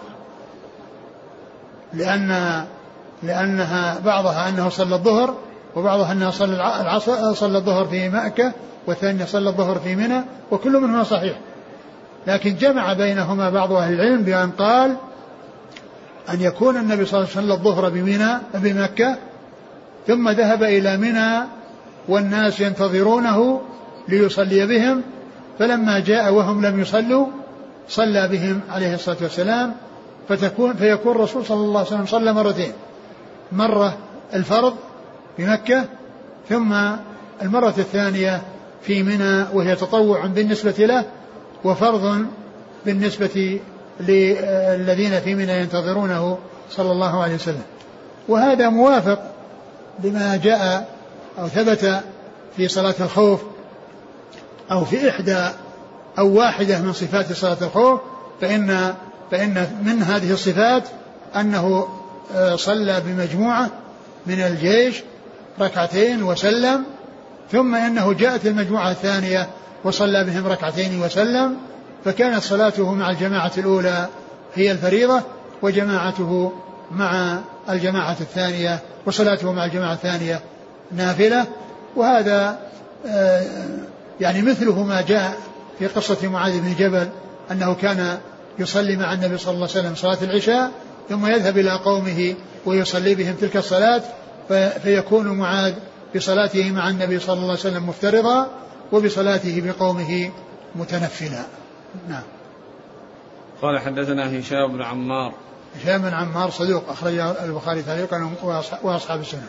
لأنها بعضها أنه صلى الظهر، وبعضها أنه صلى العصر، صلى الظهر في مكة، والثاني صلى الظهر في منى، وكل منهما صحيح. لكن جمع بينهما بعض أهل العلم بأن قال أن يكون النبي صلى الله عليه وسلم الظهر بمكة، ثم ذهب إلى منى والناس ينتظرونه ليصلي بهم، فلما جاء وهم لم يصلوا صلى بهم عليه الصلاة والسلام، فيكون الرسول صلى الله عليه وسلم صلى مرتين، مرة الفرض بمكة، ثم المرة الثانية في منى، وهي تطوع بالنسبة له وفرض بالنسبة للذين في منى ينتظرونه صلى الله عليه وسلم. وهذا موافق لما جاء أو ثبت في صلاة الخوف، أو في إحدى أو واحدة من صفات صلاة الخوف، فإن من هذه الصفات أنه صلى بمجموعة من الجيش ركعتين وسلم، ثم إنه جاءت المجموعة الثانية وصلى بهم ركعتين وسلم، فكانت صلاته مع الجماعة الأولى هي الفريضة، وجماعته مع الجماعة الثانية، وصلاته مع الجماعة الثانية نافلة. وهذا يعني مثله ما جاء في قصة معاذ بن جبل أنه كان يصلي مع النبي صلى الله عليه وسلم صلاة العشاء، ثم يذهب إلى قومه ويصلي بهم تلك الصلاة، فيكون معاذ بصلاته مع النبي صلى الله عليه وسلم مفترضا، وبصلاته بقومه متنفلا. نعم. قال حدثنا هشام بن عمار. هشام بن عمار صدوق، أخرج البخاري تعليقا وأصحاب السنة.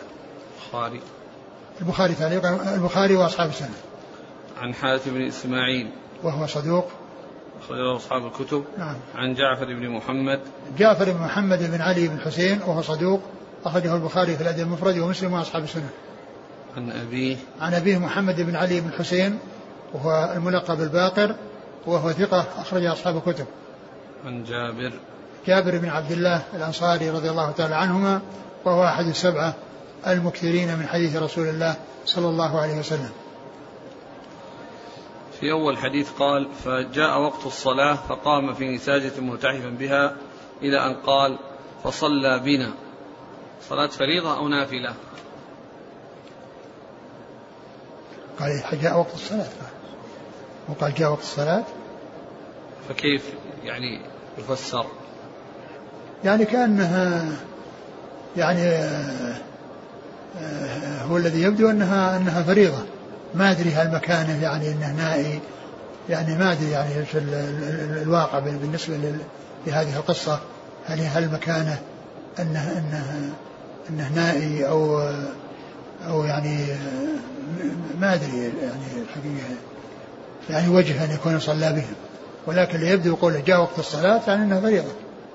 البخاري وأصحاب السنة. عن حاتم بن إسماعيل وهو صدوق، أخرجه أصحاب الكتب. نعم. عن جعفر بن محمد بن علي بن حسين وهو صدوق، أخرجه البخاري في الأدب المفرد ومسلم وأصحاب السنة. عن أبيه محمد بن علي بن حسين وهو الملقب الباقر، وهو ثقة، أخرج أصحاب الكتب. عن جابر بن عبد الله الأنصاري رضي الله تعالى عنهما، وهو أحد السبعة المكثرين من حديث رسول الله صلى الله عليه وسلم. في أول حديث قال فجاء وقت الصلاة فقام في نساجة مرتحفا بها إلى أن قال فصلى بنا. صلاة فريضة أو نافلة؟ قال جاء وقت الصلاة، وقال جاء وقت الصلاة، فكيف يعني يفسر؟ يعني كأنها يعني هو الذي يبدو أنها فريضة، ما أدري هل مكانه يعني أنه نائي، يعني ما أدري يعني الواقع بالنسبة لهذه القصة، هل مكانه أنه نائي أو يعني ما أدري يعني الحقيقة يعني وجه أن يكون صلى بهم، ولكن يبدو قوله جاء وقت الصلاة يعني أنها فريضة.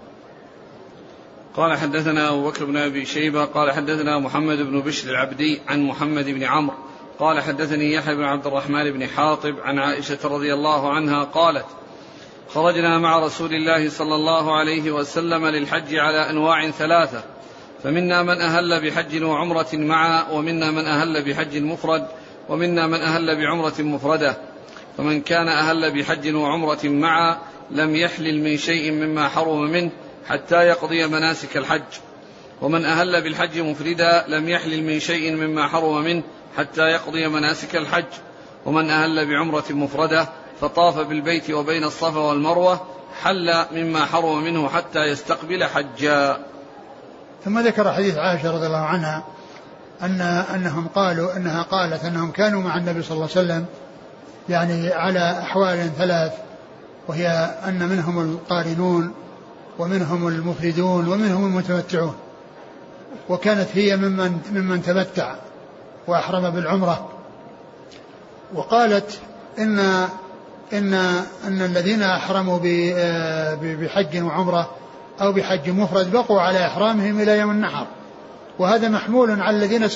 قال حدثنا أبو بكر بن أبي شيبة قال حدثنا محمد بن بشر العبدي عن محمد بن عمرو قال حدثني يحيى بن عبد الرحمن بن حاطب عن عائشة رضي الله عنها قالت خرجنا مع رسول الله صلى الله عليه وسلم للحج على أنواع ثلاثة، فمنا من أهل بحج وعمرة معا، ومنا من أهل بحج مفرد، ومنا من أهل بعمرة مفردة. فمن كان أهل بحج وعمرة معا لم يحلل من شيء مما حرم منه حتى يقضي مناسك الحج، ومن أهل بالحج مفردا لم يحلل من شيء مما حرم منه حتى يقضي مناسك الحج، ومن أهل بعمرة مفردة فطاف بالبيت وبين الصفا والمروة حل مما حرم منه حتى يستقبل حجا. ثم ذكر حديث عائشة رضي الله عنها أنها قالت أنهم كانوا مع النبي صلى الله عليه وسلم يعني على أحوال ثلاث، وهي أن منهم القارنون ومنهم المفردون ومنهم المتمتعون، وكانت هي ممن تمتع وأحرم بالعمرة. وقالت إن الذين أحرموا بحج وعمرة أو بحج مفرد بقوا على إحرامهم إلى يوم النحر، وهذا محمول على الذين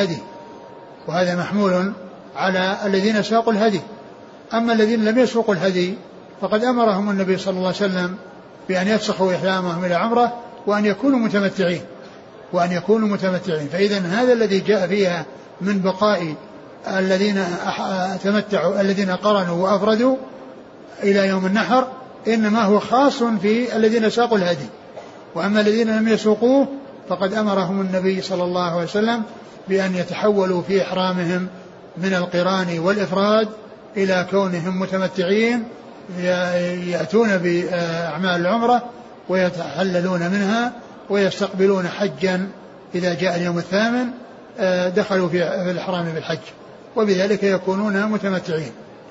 ساقوا الهدي، أما الذين لم يسوقوا الهدي فقد أمرهم النبي صلى الله عليه وسلم بأن يفسخوا إحرامهم إلى عمرة وأن يكونوا متمتعين. فإذا هذا الذي جاء فيها من بقاء الذين تمتعوا الذين قرنوا وأفردوا إلى يوم النحر إنما هو خاص في الذين ساقوا الهدي، وأما الذين لم يسوقوه فقد أمرهم النبي صلى الله عليه وسلم بأن يتحولوا في إحرامهم من القران والإفراد إلى كونهم متمتعين، يأتون بأعمال العمرة ويتحللون منها ويستقبلون حجا إذا جاء اليوم الثامن دخلوا في الإحرام بالحج، وبذلك يكونون متمتعين.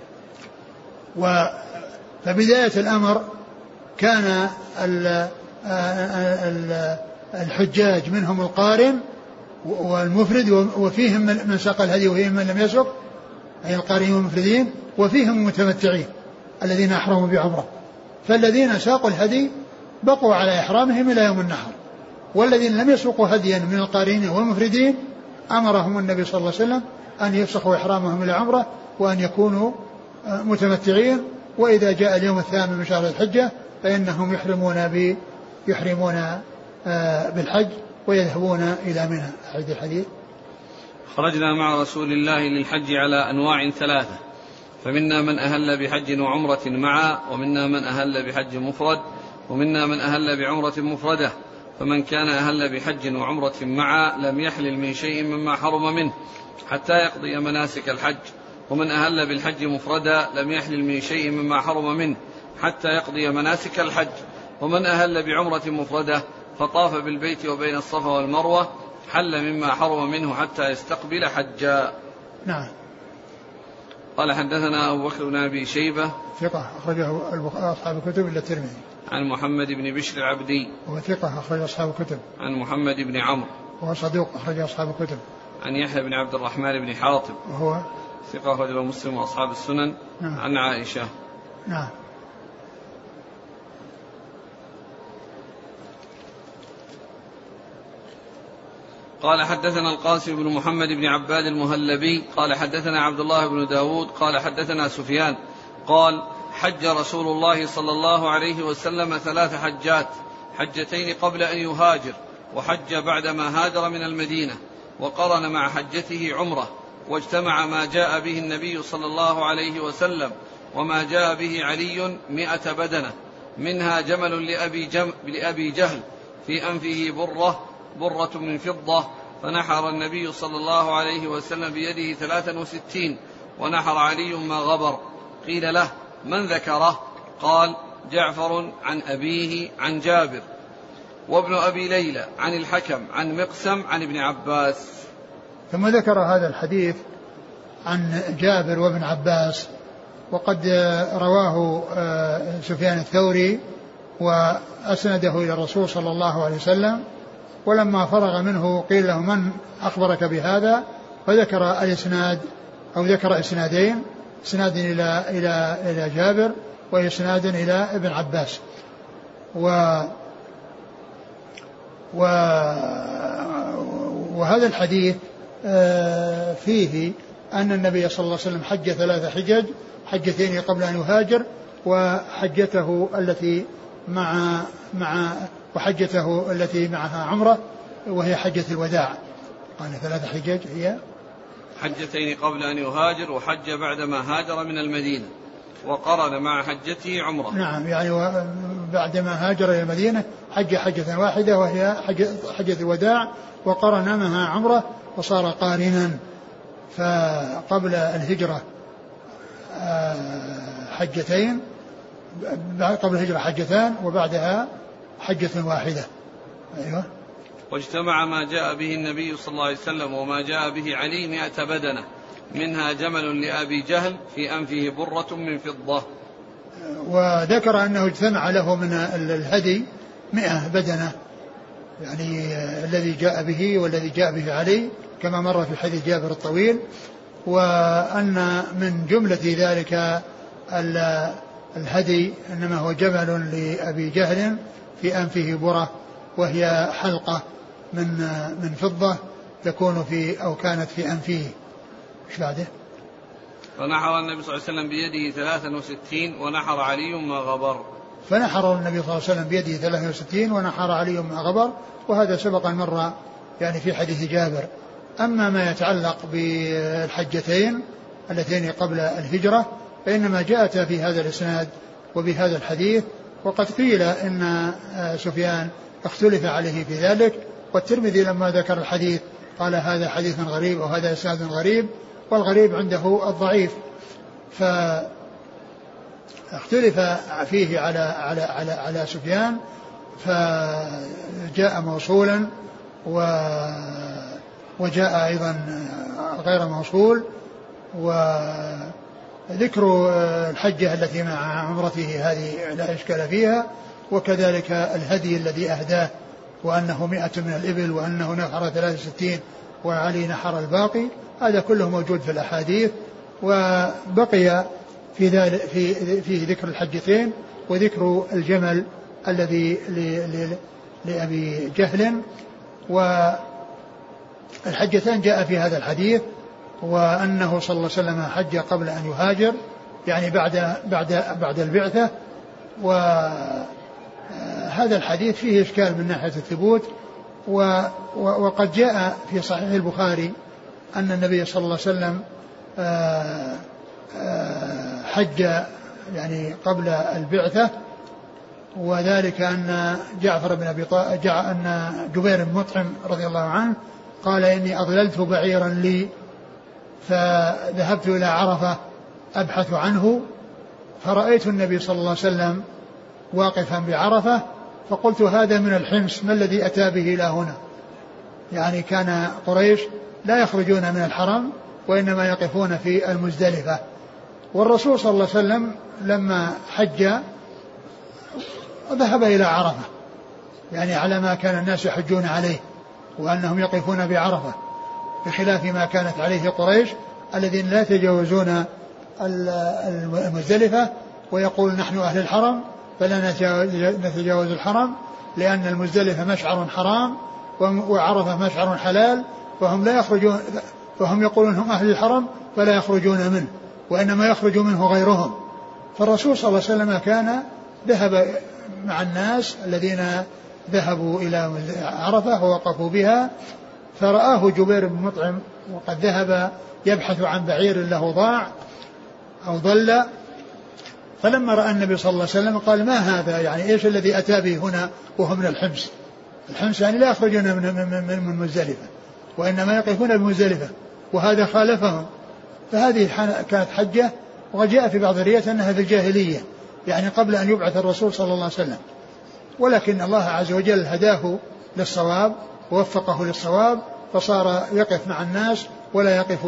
فبداية الأمر كان الحجاج منهم القارن والمفرد، وفيهم من ساق الهدي وفيهم من لم يسق، أي القارنين والمفردين، وفيهم المتمتعين الذين أحرموا بعمرة. فالذين ساقوا الهدي بقوا على إحرامهم إلى يوم النحر، والذين لم يسوقوا هديا من القارنين والمفردين أمرهم النبي صلى الله عليه وسلم أن يفسخوا إحرامهم إلى عمرة وأن يكونوا متمتعين، وإذا جاء اليوم الثامن من شهر الحجة فإنهم يحرمون بالحج ويذهبون إلى منى. أعيد الحديث. خرجنا مع رسول الله للحج على أنواع ثلاثة، فمنا من أهل بحج وعمرة معا، ومنا من أهل بحج مفرد، ومنا من أهل بعمرة مفردة. فمن كان أهل بحج وعمرة معا لم يحلل من شيء مما حرم منه حتى يقضي مناسك الحج، ومن أهل بالحج مفردا لم يحلل من شيء مما حرم منه حتى يقضي مناسك الحج، ومن أهل بعمرة مفردة فطاف بالبيت وبين الصفا والمروة حل مما حرم منه حتى يستقبل حجا. نعم. قال حدثنا أبو بكر بن أبي شيبة ثقة أخرجه أصحاب الكتب إلا الترمذي. عن محمد بن بشر العبدي وهو ثقة أخرج أصحاب الكتب. عن محمد بن عمرو وهو صدوق أخرج أصحاب الكتب. عن يحيى بن عبد الرحمن بن حاطب وهو ثقة أخرجه مسلم وأصحاب السنن. نعم. عن عائشة. نعم. قال حدثنا القاسم بن محمد بن عباد المهلبي قال حدثنا عبد الله بن داود قال حدثنا سفيان قال حج رسول الله صلى الله عليه وسلم 3 حجات، حجتين قبل أن يهاجر، وحج بعدما هاجر من المدينة، وقرن مع حجته عمرة، واجتمع ما جاء به النبي صلى الله عليه وسلم وما جاء به علي 100 بدنة، منها جمل لأبي جهل في أنفه برة من فضة، فنحر النبي صلى الله عليه وسلم بيده 63، ونحر علي ما غبر. قيل له من ذكره؟ قال جعفر عن أبيه عن جابر، وابن أبي ليلى عن الحكم عن مقسم عن ابن عباس. ثم ذكر هذا الحديث عن جابر وابن عباس، وقد رواه سفيان الثوري وأسنده إلى الرسول صلى الله عليه وسلم، ولما فرغ منه قيل له من أخبرك بهذا؟ فذكر الإسناد أو ذكر إسنادين، إسناد إلى جابر وإسناد إلى ابن عباس. وهذا الحديث فيه أن النبي صلى الله عليه وسلم حج 3 حجج، حجتين قبل أن يهاجر، وحجته التي معها عمرة وهي حجة الوداع. قال 3 حجج هي حجتين قبل أن يهاجر، وحج بعدما هاجر من المدينة، وقرن مع حجته عمرة. نعم، يعني بعدما هاجر إلى المدينة حج حجة واحدة وهي حجة الوداع، وقرن معها عمرة وصار قارنا. فقبل الهجرة حجتين، قبل الهجرة حجتان، وبعدها حجة واحدة. أيوة. واجتمع ما جاء به النبي صلى الله عليه وسلم وما جاء به علي 100 بدنة، منها جمل لأبي جهل في أنفه برة من فضة. وذكر أنه اجتمع له من الهدي 100 بدنة، يعني الذي جاء به والذي جاء به علي كما مر في حديث جابر الطويل. وأن من جملة ذلك الهدي إنما هو جمل لأبي جهل في أنفه برة، وهي حلقة من فضة تكون في أو كانت في أنفه. إيش بعده؟ فنحر النبي صلى الله عليه وسلم بيده 63 ونحر علي ما غبر. فنحر النبي صلى الله عليه وسلم بيده 63 ونحر علي ما غبر، وهذا سبق أن مر يعني في حديث جابر. أما ما يتعلق بالحجتين اللتين قبل الهجرة فإنما جاءت في هذا الإسناد وبهذا الحديث. وقد قيل إن سفيان اختلف عليه في ذلك، والترمذي لما ذكر الحديث قال هذا حديث غريب وهذا إسناد غريب، والغريب عنده الضعيف، فاختلف فيه على سفيان، فجاء موصولا وجاء أيضا غير موصول. وذكر الحجة التي مع عمرته هذه لا إشكال فيها، وكذلك الهدي الذي أهداه وأنه 100 من الإبل وأنه نحر 63 وعلي نحر الباقي، هذا كله موجود في الأحاديث. وبقي في ذكر الحجتين وذكر الجمل الذي لأبي جهل. والحجتان جاء في هذا الحديث، وأنه صلى الله عليه وسلم حج قبل أن يهاجر، يعني بعد البعثة. وهذا الحديث فيه إشكال من ناحية الثبوت. وقد جاء في صحيح البخاري أن النبي صلى الله عليه وسلم حج يعني قبل البعثة، وذلك أن جعفر بن أبي طالب أن جبير بن مطعم رضي الله عنه قال إني أضللت بعيرا لي فذهبت إلى عرفة أبحث عنه، فرأيت النبي صلى الله عليه وسلم واقفا بعرفة، فقلت هذا من الحمص، ما الذي أتى به إلى هنا؟ يعني كان قريش لا يخرجون من الحرم وإنما يقفون في المزدلفة. والرسول صلى الله عليه وسلم لما حج ذهب إلى عرفة، يعني على ما كان الناس يحجون عليه، وأنهم يقفون بعرفة، بخلاف ما كانت عليه قريش الذين لا يتجاوزون المزدلفة ويقول نحن أهل الحرم فلا نتجاوز الحرم، لأن المزدلفة مشعر حرام وعرفة مشعر حلال، فهم لا يخرجون، فهم يقولون هم أهل الحرم فلا يخرجون منه، وإنما يخرج منه غيرهم. فالرسول صلى الله عليه وسلم كان ذهب مع الناس الذين ذهبوا إلى عرفة ووقفوا بها، فرآه جبير بن مطعم وقد ذهب يبحث عن بعير له ضاع أو ضل، فلما رأى النبي صلى الله عليه وسلم قال ما هذا، يعني إيش الذي أتى به هنا وهم من الحمص؟ الحمص يعني لا يخرجون من مزدلفة وإنما يقفون بمزدلفة، وهذا خالفهم. فهذه كانت حجة، وجاء في بعض الروايات أنها في الجاهلية، يعني قبل أن يبعث الرسول صلى الله عليه وسلم، ولكن الله عز وجل هداه للصواب ووفقه للصواب، فصار يقف مع الناس ولا يقف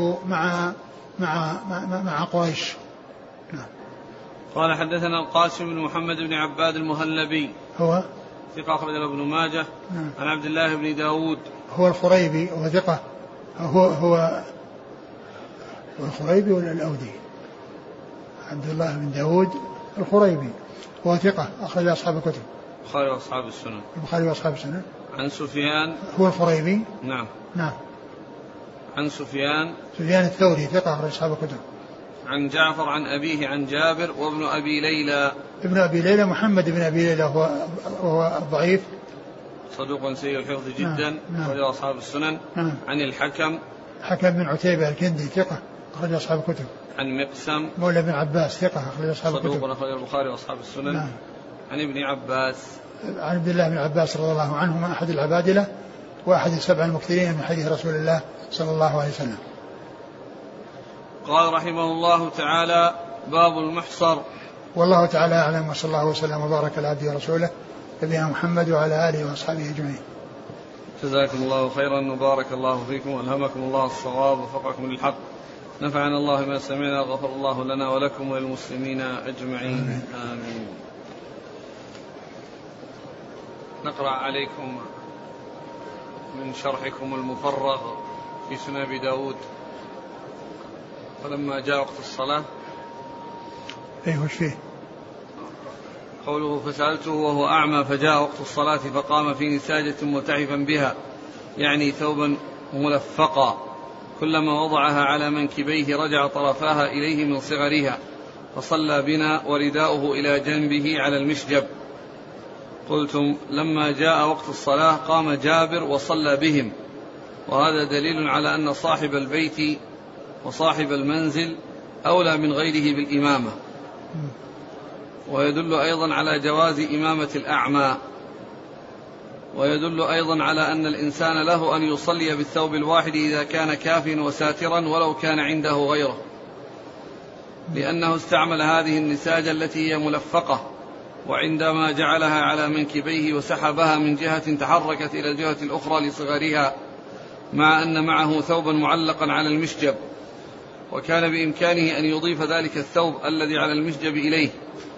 مع قريش. قال حدثنا القاسم بن محمد بن عباد المهلبي هو ثقة أخرج له ابن ماجه عن عبد الله بن داود هو الخريبي وثقة، هو الخريبي ولا الأودي؟ عبد الله بن داود الخريبي هو ثقة أخرج أصحاب الكتب. البخاري وأصحاب السنن. البخاري وأصحاب السنن. عن سفيان هو الخريبي. نعم. نعم. عن سفيان الثوري ثقة أخرج أصحاب الكتب. عن جعفر عن أبيه عن جابر وابن أبي ليلى. ابن أبي ليلى محمد بن أبي ليلى وهو ضعيف صدوق سيء الحفظ جدا. أخرج أصحاب السنن. عن الحكم بن عتيبة الكندي ثقة أخرج أصحاب الكتب. عن مقسم مولى بن عباس ثقة أخرج أصحاب الكتب. صدوق أخرج البخاري وأصحاب السنن. عن ابن عباس عن عبد الله بن عباس رضي الله عنهما أحد العبادلة وأحد السبع المكثرين من حديث رسول الله صلى الله عليه وسلم. قال رحمه الله تعالى: باب المحصر. والله تعالى أعلم، وصلى الله وسلم وبارك على عبده ورسوله نبينا محمد وعلى آله وأصحابه أجمعين. جزاكم الله خيرا وبارك الله فيكم وألهمكم الله الصواب ووفقكم للحق. نفعنا الله ما سمعنا، غفر الله لنا ولكم وللمسلمين أجمعين. آمين. نقرأ عليكم من شرحكم المفرغ في سنن أبي داود. فلما جاء وقت الصلاة وش فيه؟ قوله: فسألته وهو أعمى فجاء وقت الصلاة فقام في نساجة ملتحفا بها، يعني ثوبا ملفقا، كلما وضعها على منكبيه رجع طرفاها إليه من صغرها، فصلى بنا ورداؤه إلى جنبه على المشجب. قلتم: لما جاء وقت الصلاة قام جابر وصلى بهم، وهذا دليل على أن صاحب البيت وصاحب المنزل أولى من غيره بالإمامة، ويدل أيضا على جواز إمامة الأعمى، ويدل أيضا على أن الإنسان له أن يصلي بالثوب الواحد إذا كان كافٍ وساترا ولو كان عنده غيره، لأنه استعمل هذه النساجة التي هي ملفقة، وعندما جعلها على منكبيه وسحبها من جهة تحركت إلى الجهة الأخرى لصغرها، مع أن معه ثوبا معلقا على المشجب، وكان بإمكانه أن يضيف ذلك الثوب الذي على المشجب إليه،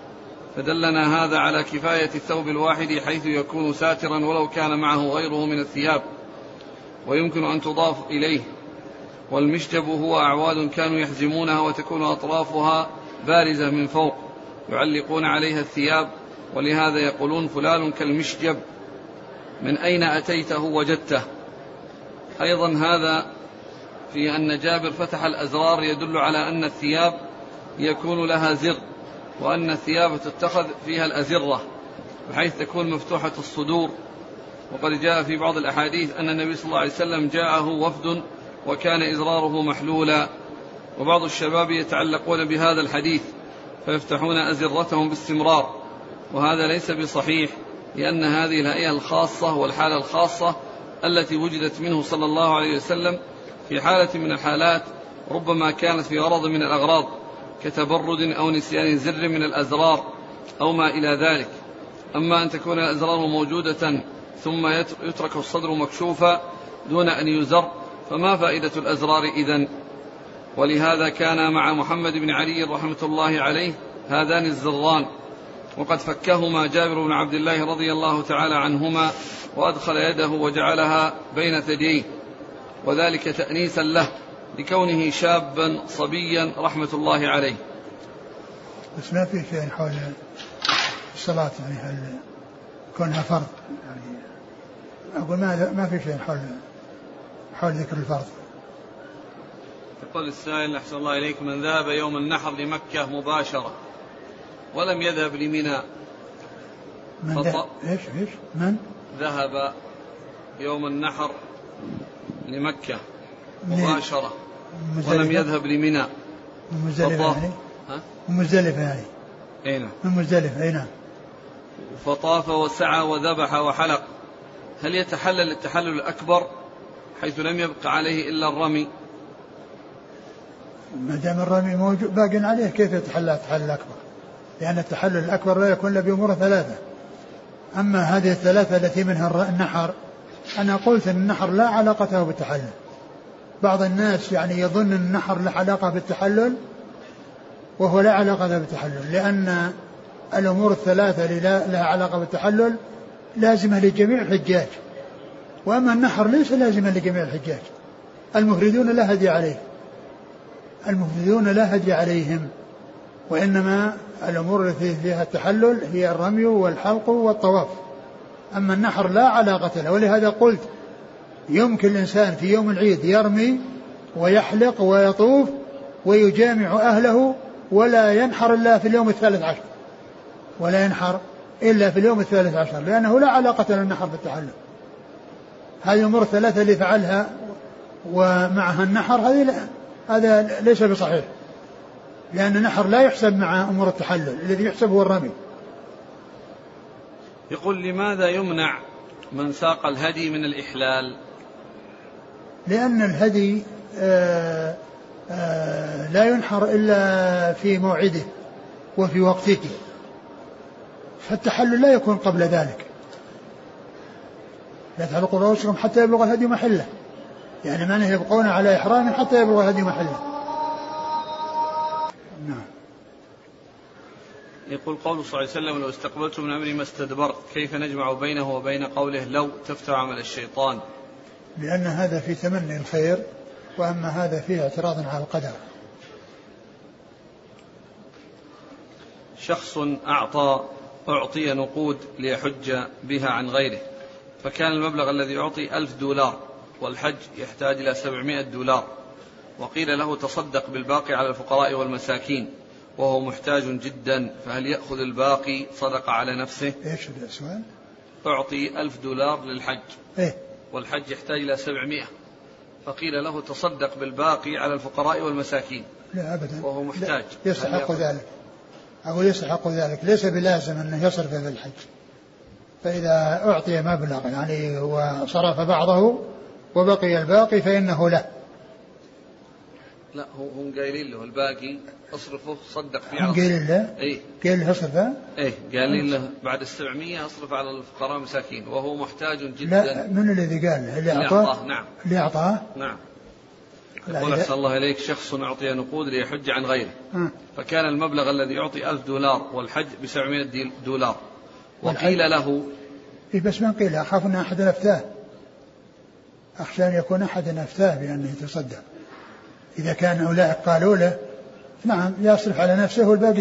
فدلنا هذا على كفاية الثوب الواحد حيث يكون ساترا ولو كان معه غيره من الثياب، ويمكن أن تضاف إليه. والمشجب هو أعواد كانوا يحزمونها وتكون أطرافها بارزة من فوق يعلقون عليها الثياب، ولهذا يقولون فلان كالمشجب، من أين أتيته وجدته. أيضا هذا في أن جابر فتح الأزرار يدل على أن الثياب يكون لها زر، وأن الثياب تتخذ فيها الأزرة بحيث تكون مفتوحة الصدور. وقد جاء في بعض الأحاديث أن النبي صلى الله عليه وسلم جاءه وفد وكان إزراره محلولا، وبعض الشباب يتعلقون بهذا الحديث فيفتحون أزرتهم باستمرار، وهذا ليس بصحيح، لأن هذه الهيئة الخاصة والحالة الخاصة التي وجدت منه صلى الله عليه وسلم في حالة من الحالات ربما كانت في غرض من الأغراض كتبرد أو نسيان زر من الأزرار أو ما إلى ذلك. أما أن تكون الأزرار موجودة ثم يترك الصدر مكشوفا دون أن يزر، فما فائدة الأزرار إذن؟ ولهذا كان مع محمد بن علي رحمة الله عليه هذان الزران، وقد فكهما جابر بن عبد الله رضي الله تعالى عنهما، وأدخل يده وجعلها بين ثدييه، وذلك تأنيسا له لكونه شابا صبيا رحمة الله عليه. بس ما في شيء حول الصلاة، يعني هل كونها فرض، يعني أقول ما في شيء حول ذكر الفرض. يقول السائل أحسن الله إليك: من ذهب يوم النحر لمكة مباشرة ولم يذهب لمنى، من ذهب يوم النحر لمكة مباشرة ولم يذهب لمنى، مزدلفة يعني أين؟ من مزدلفة أين؟ فطاف وسعى وذبح وحلق، هل يتحلل التحلل الأكبر حيث لم يبقى عليه إلا الرمي؟ ما دام الرمي موجود باق عليه كيف يتحلل التحلل الأكبر؟ لأن التحلل الأكبر لا يكون إلا بأمور ثلاثة. أما هذه الثلاثة التي منها النحر، أنا قلت أن النحر لا علاقة بالتحلل. بعض الناس يعني يظن أن النحر له علاقة بالتحلل، وهو لا علاقة بالتحلل، لأن الأمور الثلاثة اللي لها علاقة بالتحلل لازمة لجميع الحجاج، وأما النحر ليس لازما لجميع الحجاج. المفردون لا هدي عليه، المفردون لا هدي عليهم، وإنما الأمور التي فيها التحلل هي الرمي والحلق والطواف. أما النحر لا علاقة له. ولهذا قلت يمكن الإنسان في يوم العيد يرمي ويحلق ويطوف ويجامع أهله ولا ينحر إلا في اليوم 13، ولا ينحر إلا في اليوم 13، لأنه لا علاقة للنحر بالتحلل. هذه الأمور الثلاثة اللي فعلها ومعها النحر هذا ليس بصحيح، لأن النحر لا يحسب مع أمور التحلل، الذي يحسب هو الرمي. يقول لماذا يمنع من ساق الهدي من الإحلال؟ لأن الهدي لا ينحر إلا في موعده وفي وقته، فالتحلل لا يكون قبل ذلك. لا تحلقوا رؤوسكم حتى يبلغ الهدي محله، يعني معناه يبقون على إحرام حتى يبلغ الهدي محله. نعم. يقول قول صلى الله عليه وسلم لو استقبلت من أمري ما استدبرت، كيف نجمع بينه وبين قوله لو تفتح عمل الشيطان؟ لأن هذا في تمني الخير، وأما هذا فيه اعتراض على القدر. شخص أعطي نقود ليحج بها عن غيره، فكان المبلغ الذي أعطي $1000 والحج يحتاج إلى $700، وقيل له تصدق بالباقي على الفقراء والمساكين وهو محتاج جدا، فهل يأخذ الباقي صدقة على نفسه؟ إيش السؤال؟ أعطي $1000 للحج إيه؟ والحج يحتاج إلى 700، فقيل له تصدق بالباقي على الفقراء والمساكين. لا أبدا، وهو محتاج. يستحق ذلك، أو يستحق ذلك، ليس بلازم أنه يصرف في الحج. فإذا أعطي مبلغ يعني وصرف بعضه وبقي الباقي فإنه له. لا هم قايلين له الباقي اصرفه صدق فيه. هم قايلين له؟ ايه قال له اصرفه؟ ايه قايلين له بعد 700 اصرف على الفقراء والمساكين وهو محتاج جدا. لا، من الذي قال له؟ اللي أعطاه. نعم. اللي أعطاه. نعم. يقول أحسن الله إليك شخص أعطي نقود ليحج عن غيره، فكان المبلغ الذي أعطي $1000 والحج $700، وقيل له إيه بس من قيل؟ أخاف أن أحد أفتاه، أخشى أن يكون أحد أفتاه بأنه يتصدق. إذا كان أولئك قالوا له نعم يصرف على نفسه والباقي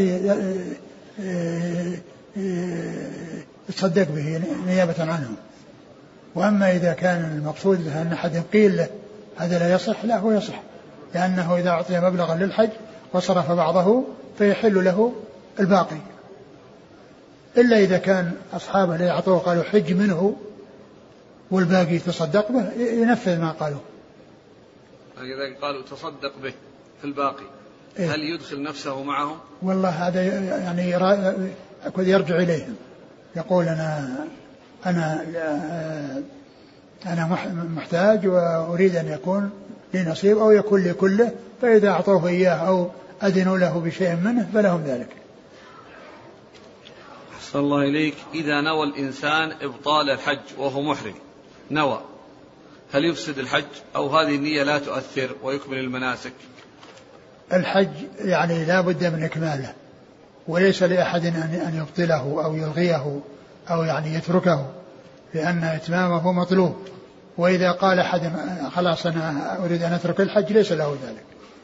يتصدق به نيابة عنهم. وأما إذا كان المقصود أن أحد قيل له هذا لا يصح، لا هو يصح، لأنه إذا أعطي مبلغا للحج وصرف بعضه فيحل له الباقي، إلا إذا كان أصحابه لا يعطوه قالوا حج منه والباقي يتصدق به ينفذ ما قالوا. إذا قالوا تصدق به في الباقي إيه؟ هل يدخل نفسه معهم؟ والله هذا يعني يرجع إليهم، يقول أنا محتاج وأريد أن يكون لي نصيب أو يكون لي كله، فإذا أعطوه إياه أو أذنوا له بشيء منه فلهم ذلك. أحسن الله إليك، إذا نوى الإنسان إبطال الحج وهو محرم نوى، هل يفسد الحج أو هذه النية لا تؤثر ويكمل المناسك؟ الحج يعني لا بد من إكماله، وليس لأحد أن يبطله أو يلغيه أو يعني يتركه، لأن إتمامه مطلوب. وإذا قال أحد خلاص أنا أريد أن أترك الحج ليس له ذلك،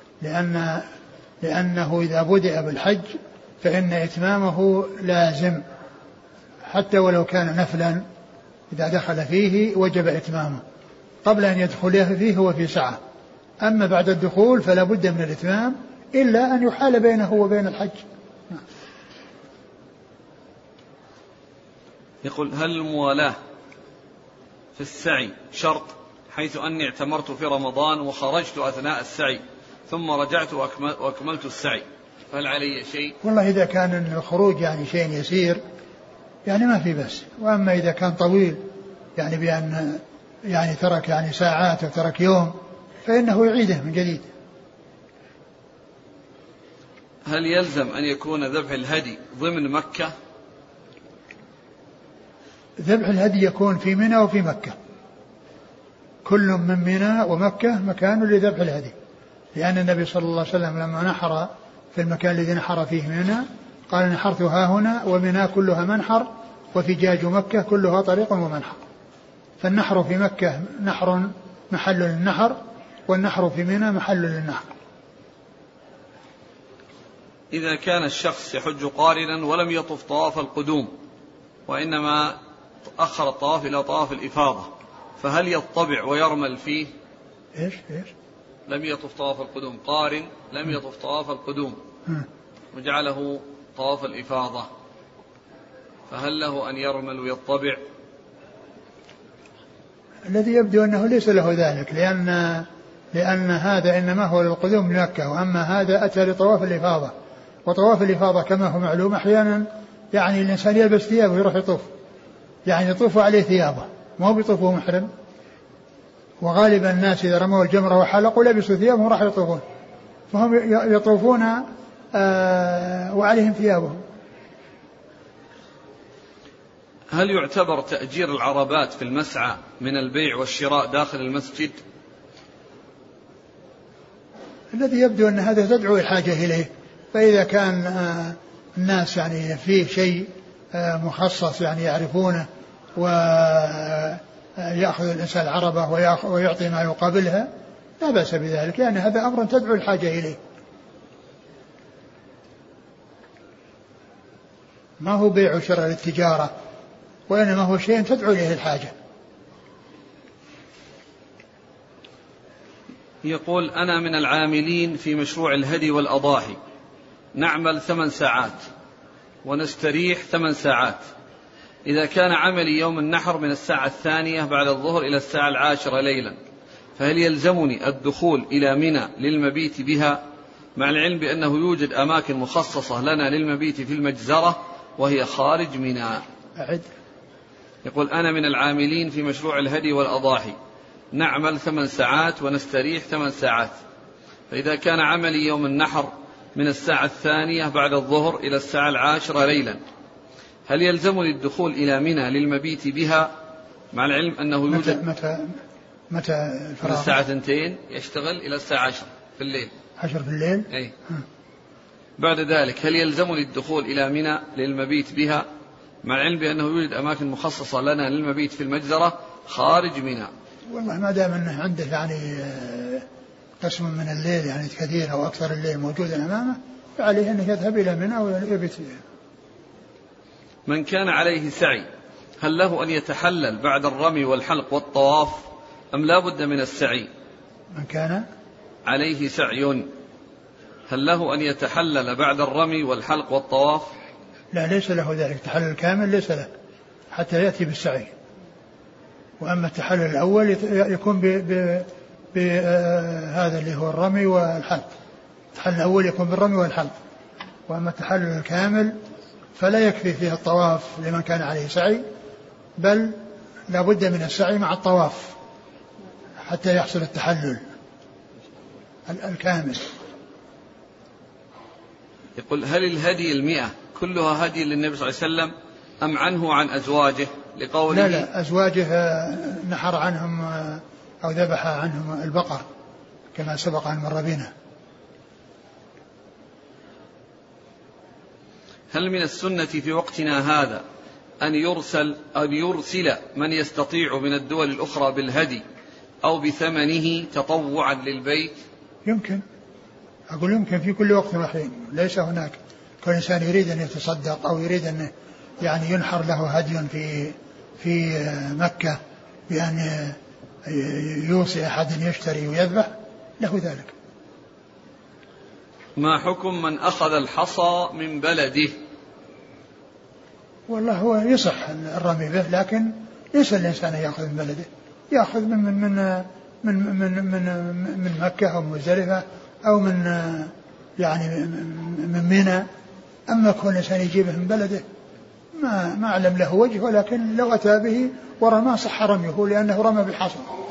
لأنه إذا بدأ بالحج فإن إتمامه لازم، حتى ولو كان نفلا إذا دخل فيه وجب إتمامه. قبل أن يدخل فيه هو في سعة، أما بعد الدخول فلا بد من الإتمام إلا أن يحال بينه وبين الحج. يقول هل الموالاة في السعي شرط، حيث أني اعتمرت في رمضان وخرجت أثناء السعي ثم رجعت وأكملت السعي، فهل علي شيء؟ والله إذا كان الخروج يعني شيء يسير يعني ما في بس، وأما إذا كان طويل يعني بأن يعني ترك يعني ساعات وترك يوم فإنه يعيده من جديد. هل يلزم أن يكون ذبح الهدي ضمن مكة؟ ذبح الهدي يكون في منى وفي مكة، كل من منى ومكة مكان لذبح الهدي، لأن النبي صلى الله عليه وسلم لما نحر في المكان الذي نحر فيه منى قال نحرت ها هنا ومنى كلها منحر وفجاج مكة كلها طريق ومنحر. فالنحر في مكة نحر محل للنحر، والنحر في منى محل للنحر. إذا كان الشخص يحج قارنا ولم يطف طواف القدوم وإنما أخر الطواف إلى طواف الإفاضة، فهل يطبع ويرمل فيه؟ إيش؟ لم يطف طواف القدوم، قارن لم يطف طواف القدوم وجعله طواف الإفاضة، فهل له أن يرمل ويطبع؟ الذي يبدو أنه ليس له ذلك، لأن هذا إنما هو للقدوم من مكة، وأما هذا أتى لطواف الإفاضة، وطواف الإفاضة كما هو معلوم أحيانا يعني الإنسان يلبس ثيابه ويروح يطوف، يعني يطوف عليه ثيابه ما هو بيطوفه محرم، وغالبا الناس إذا رموا الجمرة وحلقوا لبسوا ثيابهم وراح يطوفون، فهم يطوفون وعليهم ثيابهم. هل يعتبر تأجير العربات في المسعى من البيع والشراء داخل المسجد؟ الذي يبدو أن هذا تدعو الحاجة إليه، فإذا كان الناس يعني فيه شيء مخصص يعني يعرفونه ويأخذ الإنسان العربة ويعطي ما يقابلها لا بأس بذلك، يعني هذا أمر تدعو الحاجة إليه، ما هو بيع وشراء للتجارة، وإنما هو شيء تدعو إليه الحاجة. يقول أنا من العاملين في مشروع الهدي والأضاحي، نعمل 8 ساعات ونستريح 8 ساعات، إذا كان عملي يوم النحر من الساعة 2 بعد الظهر إلى الساعة 10 ليلا، فهل يلزمني الدخول إلى منى للمبيت بها، مع العلم بأنه يوجد أماكن مخصصة لنا للمبيت في المجزرة وهي خارج منى؟ يقول أنا من العاملين في مشروع الهدي والأضاحي، نعمل 8 ساعات ونستريح 8 ساعات، فإذا كان عملي يوم النحر من الساعة 2 بعد الظهر إلى الساعة 10 ليلا، هل يلزمني الدخول إلى منى للمبيت بها، مع العلم أنه يوجد متى من الساعة 2 يشتغل إلى الساعة 10 في الليل 10 في الليل؟ أي. بعد ذلك هل يلزمني الدخول إلى منى للمبيت بها، مع العلم بأنه يوجد أماكن مخصصة لنا للمبيت في المجزرة خارج منى؟ والله ما دام أنه عنده يعني قسم من الليل يعني كثير أو أكثر الليل موجودا أمامه، فعليه أنه يذهب إلى منى ويبيت فيها. من كان عليه سعي هل له أن يتحلل بعد الرمي والحلق والطواف أم لا بد من السعي؟ من كان عليه سعي هل له أن يتحلل بعد الرمي والحلق والطواف؟ لا، ليس له ذلك، التحلل كامل ليس له حتى يأتي بالسعي، وأما التحلل الأول يكون بهذا اللي هو الرمي والحلق، التحلل الأول يكون بالرمي والحلق، وأما التحلل الكامل فلا يكفي فيه الطواف لمن كان عليه سعي، بل لا بد من السعي مع الطواف حتى يحصل التحلل الكامل. يقول هل الهدي 100 كلها هدي للنبي صلى الله عليه وسلم أم عنه عن أزواجه لقوله؟ لا، أزواجه نحر عنهم أو ذبح عنهم البقر كما سبق أن مر بنا. هل من السنة في وقتنا هذا أن يرسل من يستطيع من الدول الأخرى بالهدي أو بثمنه تطوعا للبيت؟ يمكن، أقول يمكن في كل وقت وحين، ليس هناك كل إنسان يريد أن يتصدق أو يريد أن يعني ينحر له هدي في مكة بأن يوصي أحد يشتري ويذبح له ذلك. ما حكم من أخذ الحصى من بلده؟ والله هو يصح الرمي به، لكن ليس الإنسان يأخذ من بلده، يأخذ من مكة أو مزدلفة أو من يعني من منى. أما كل إنسان يجيبه من بلده ما أعلم له وجه، ولكن لو أتى به ورمى صح رميه لأنه رمى بالحصى.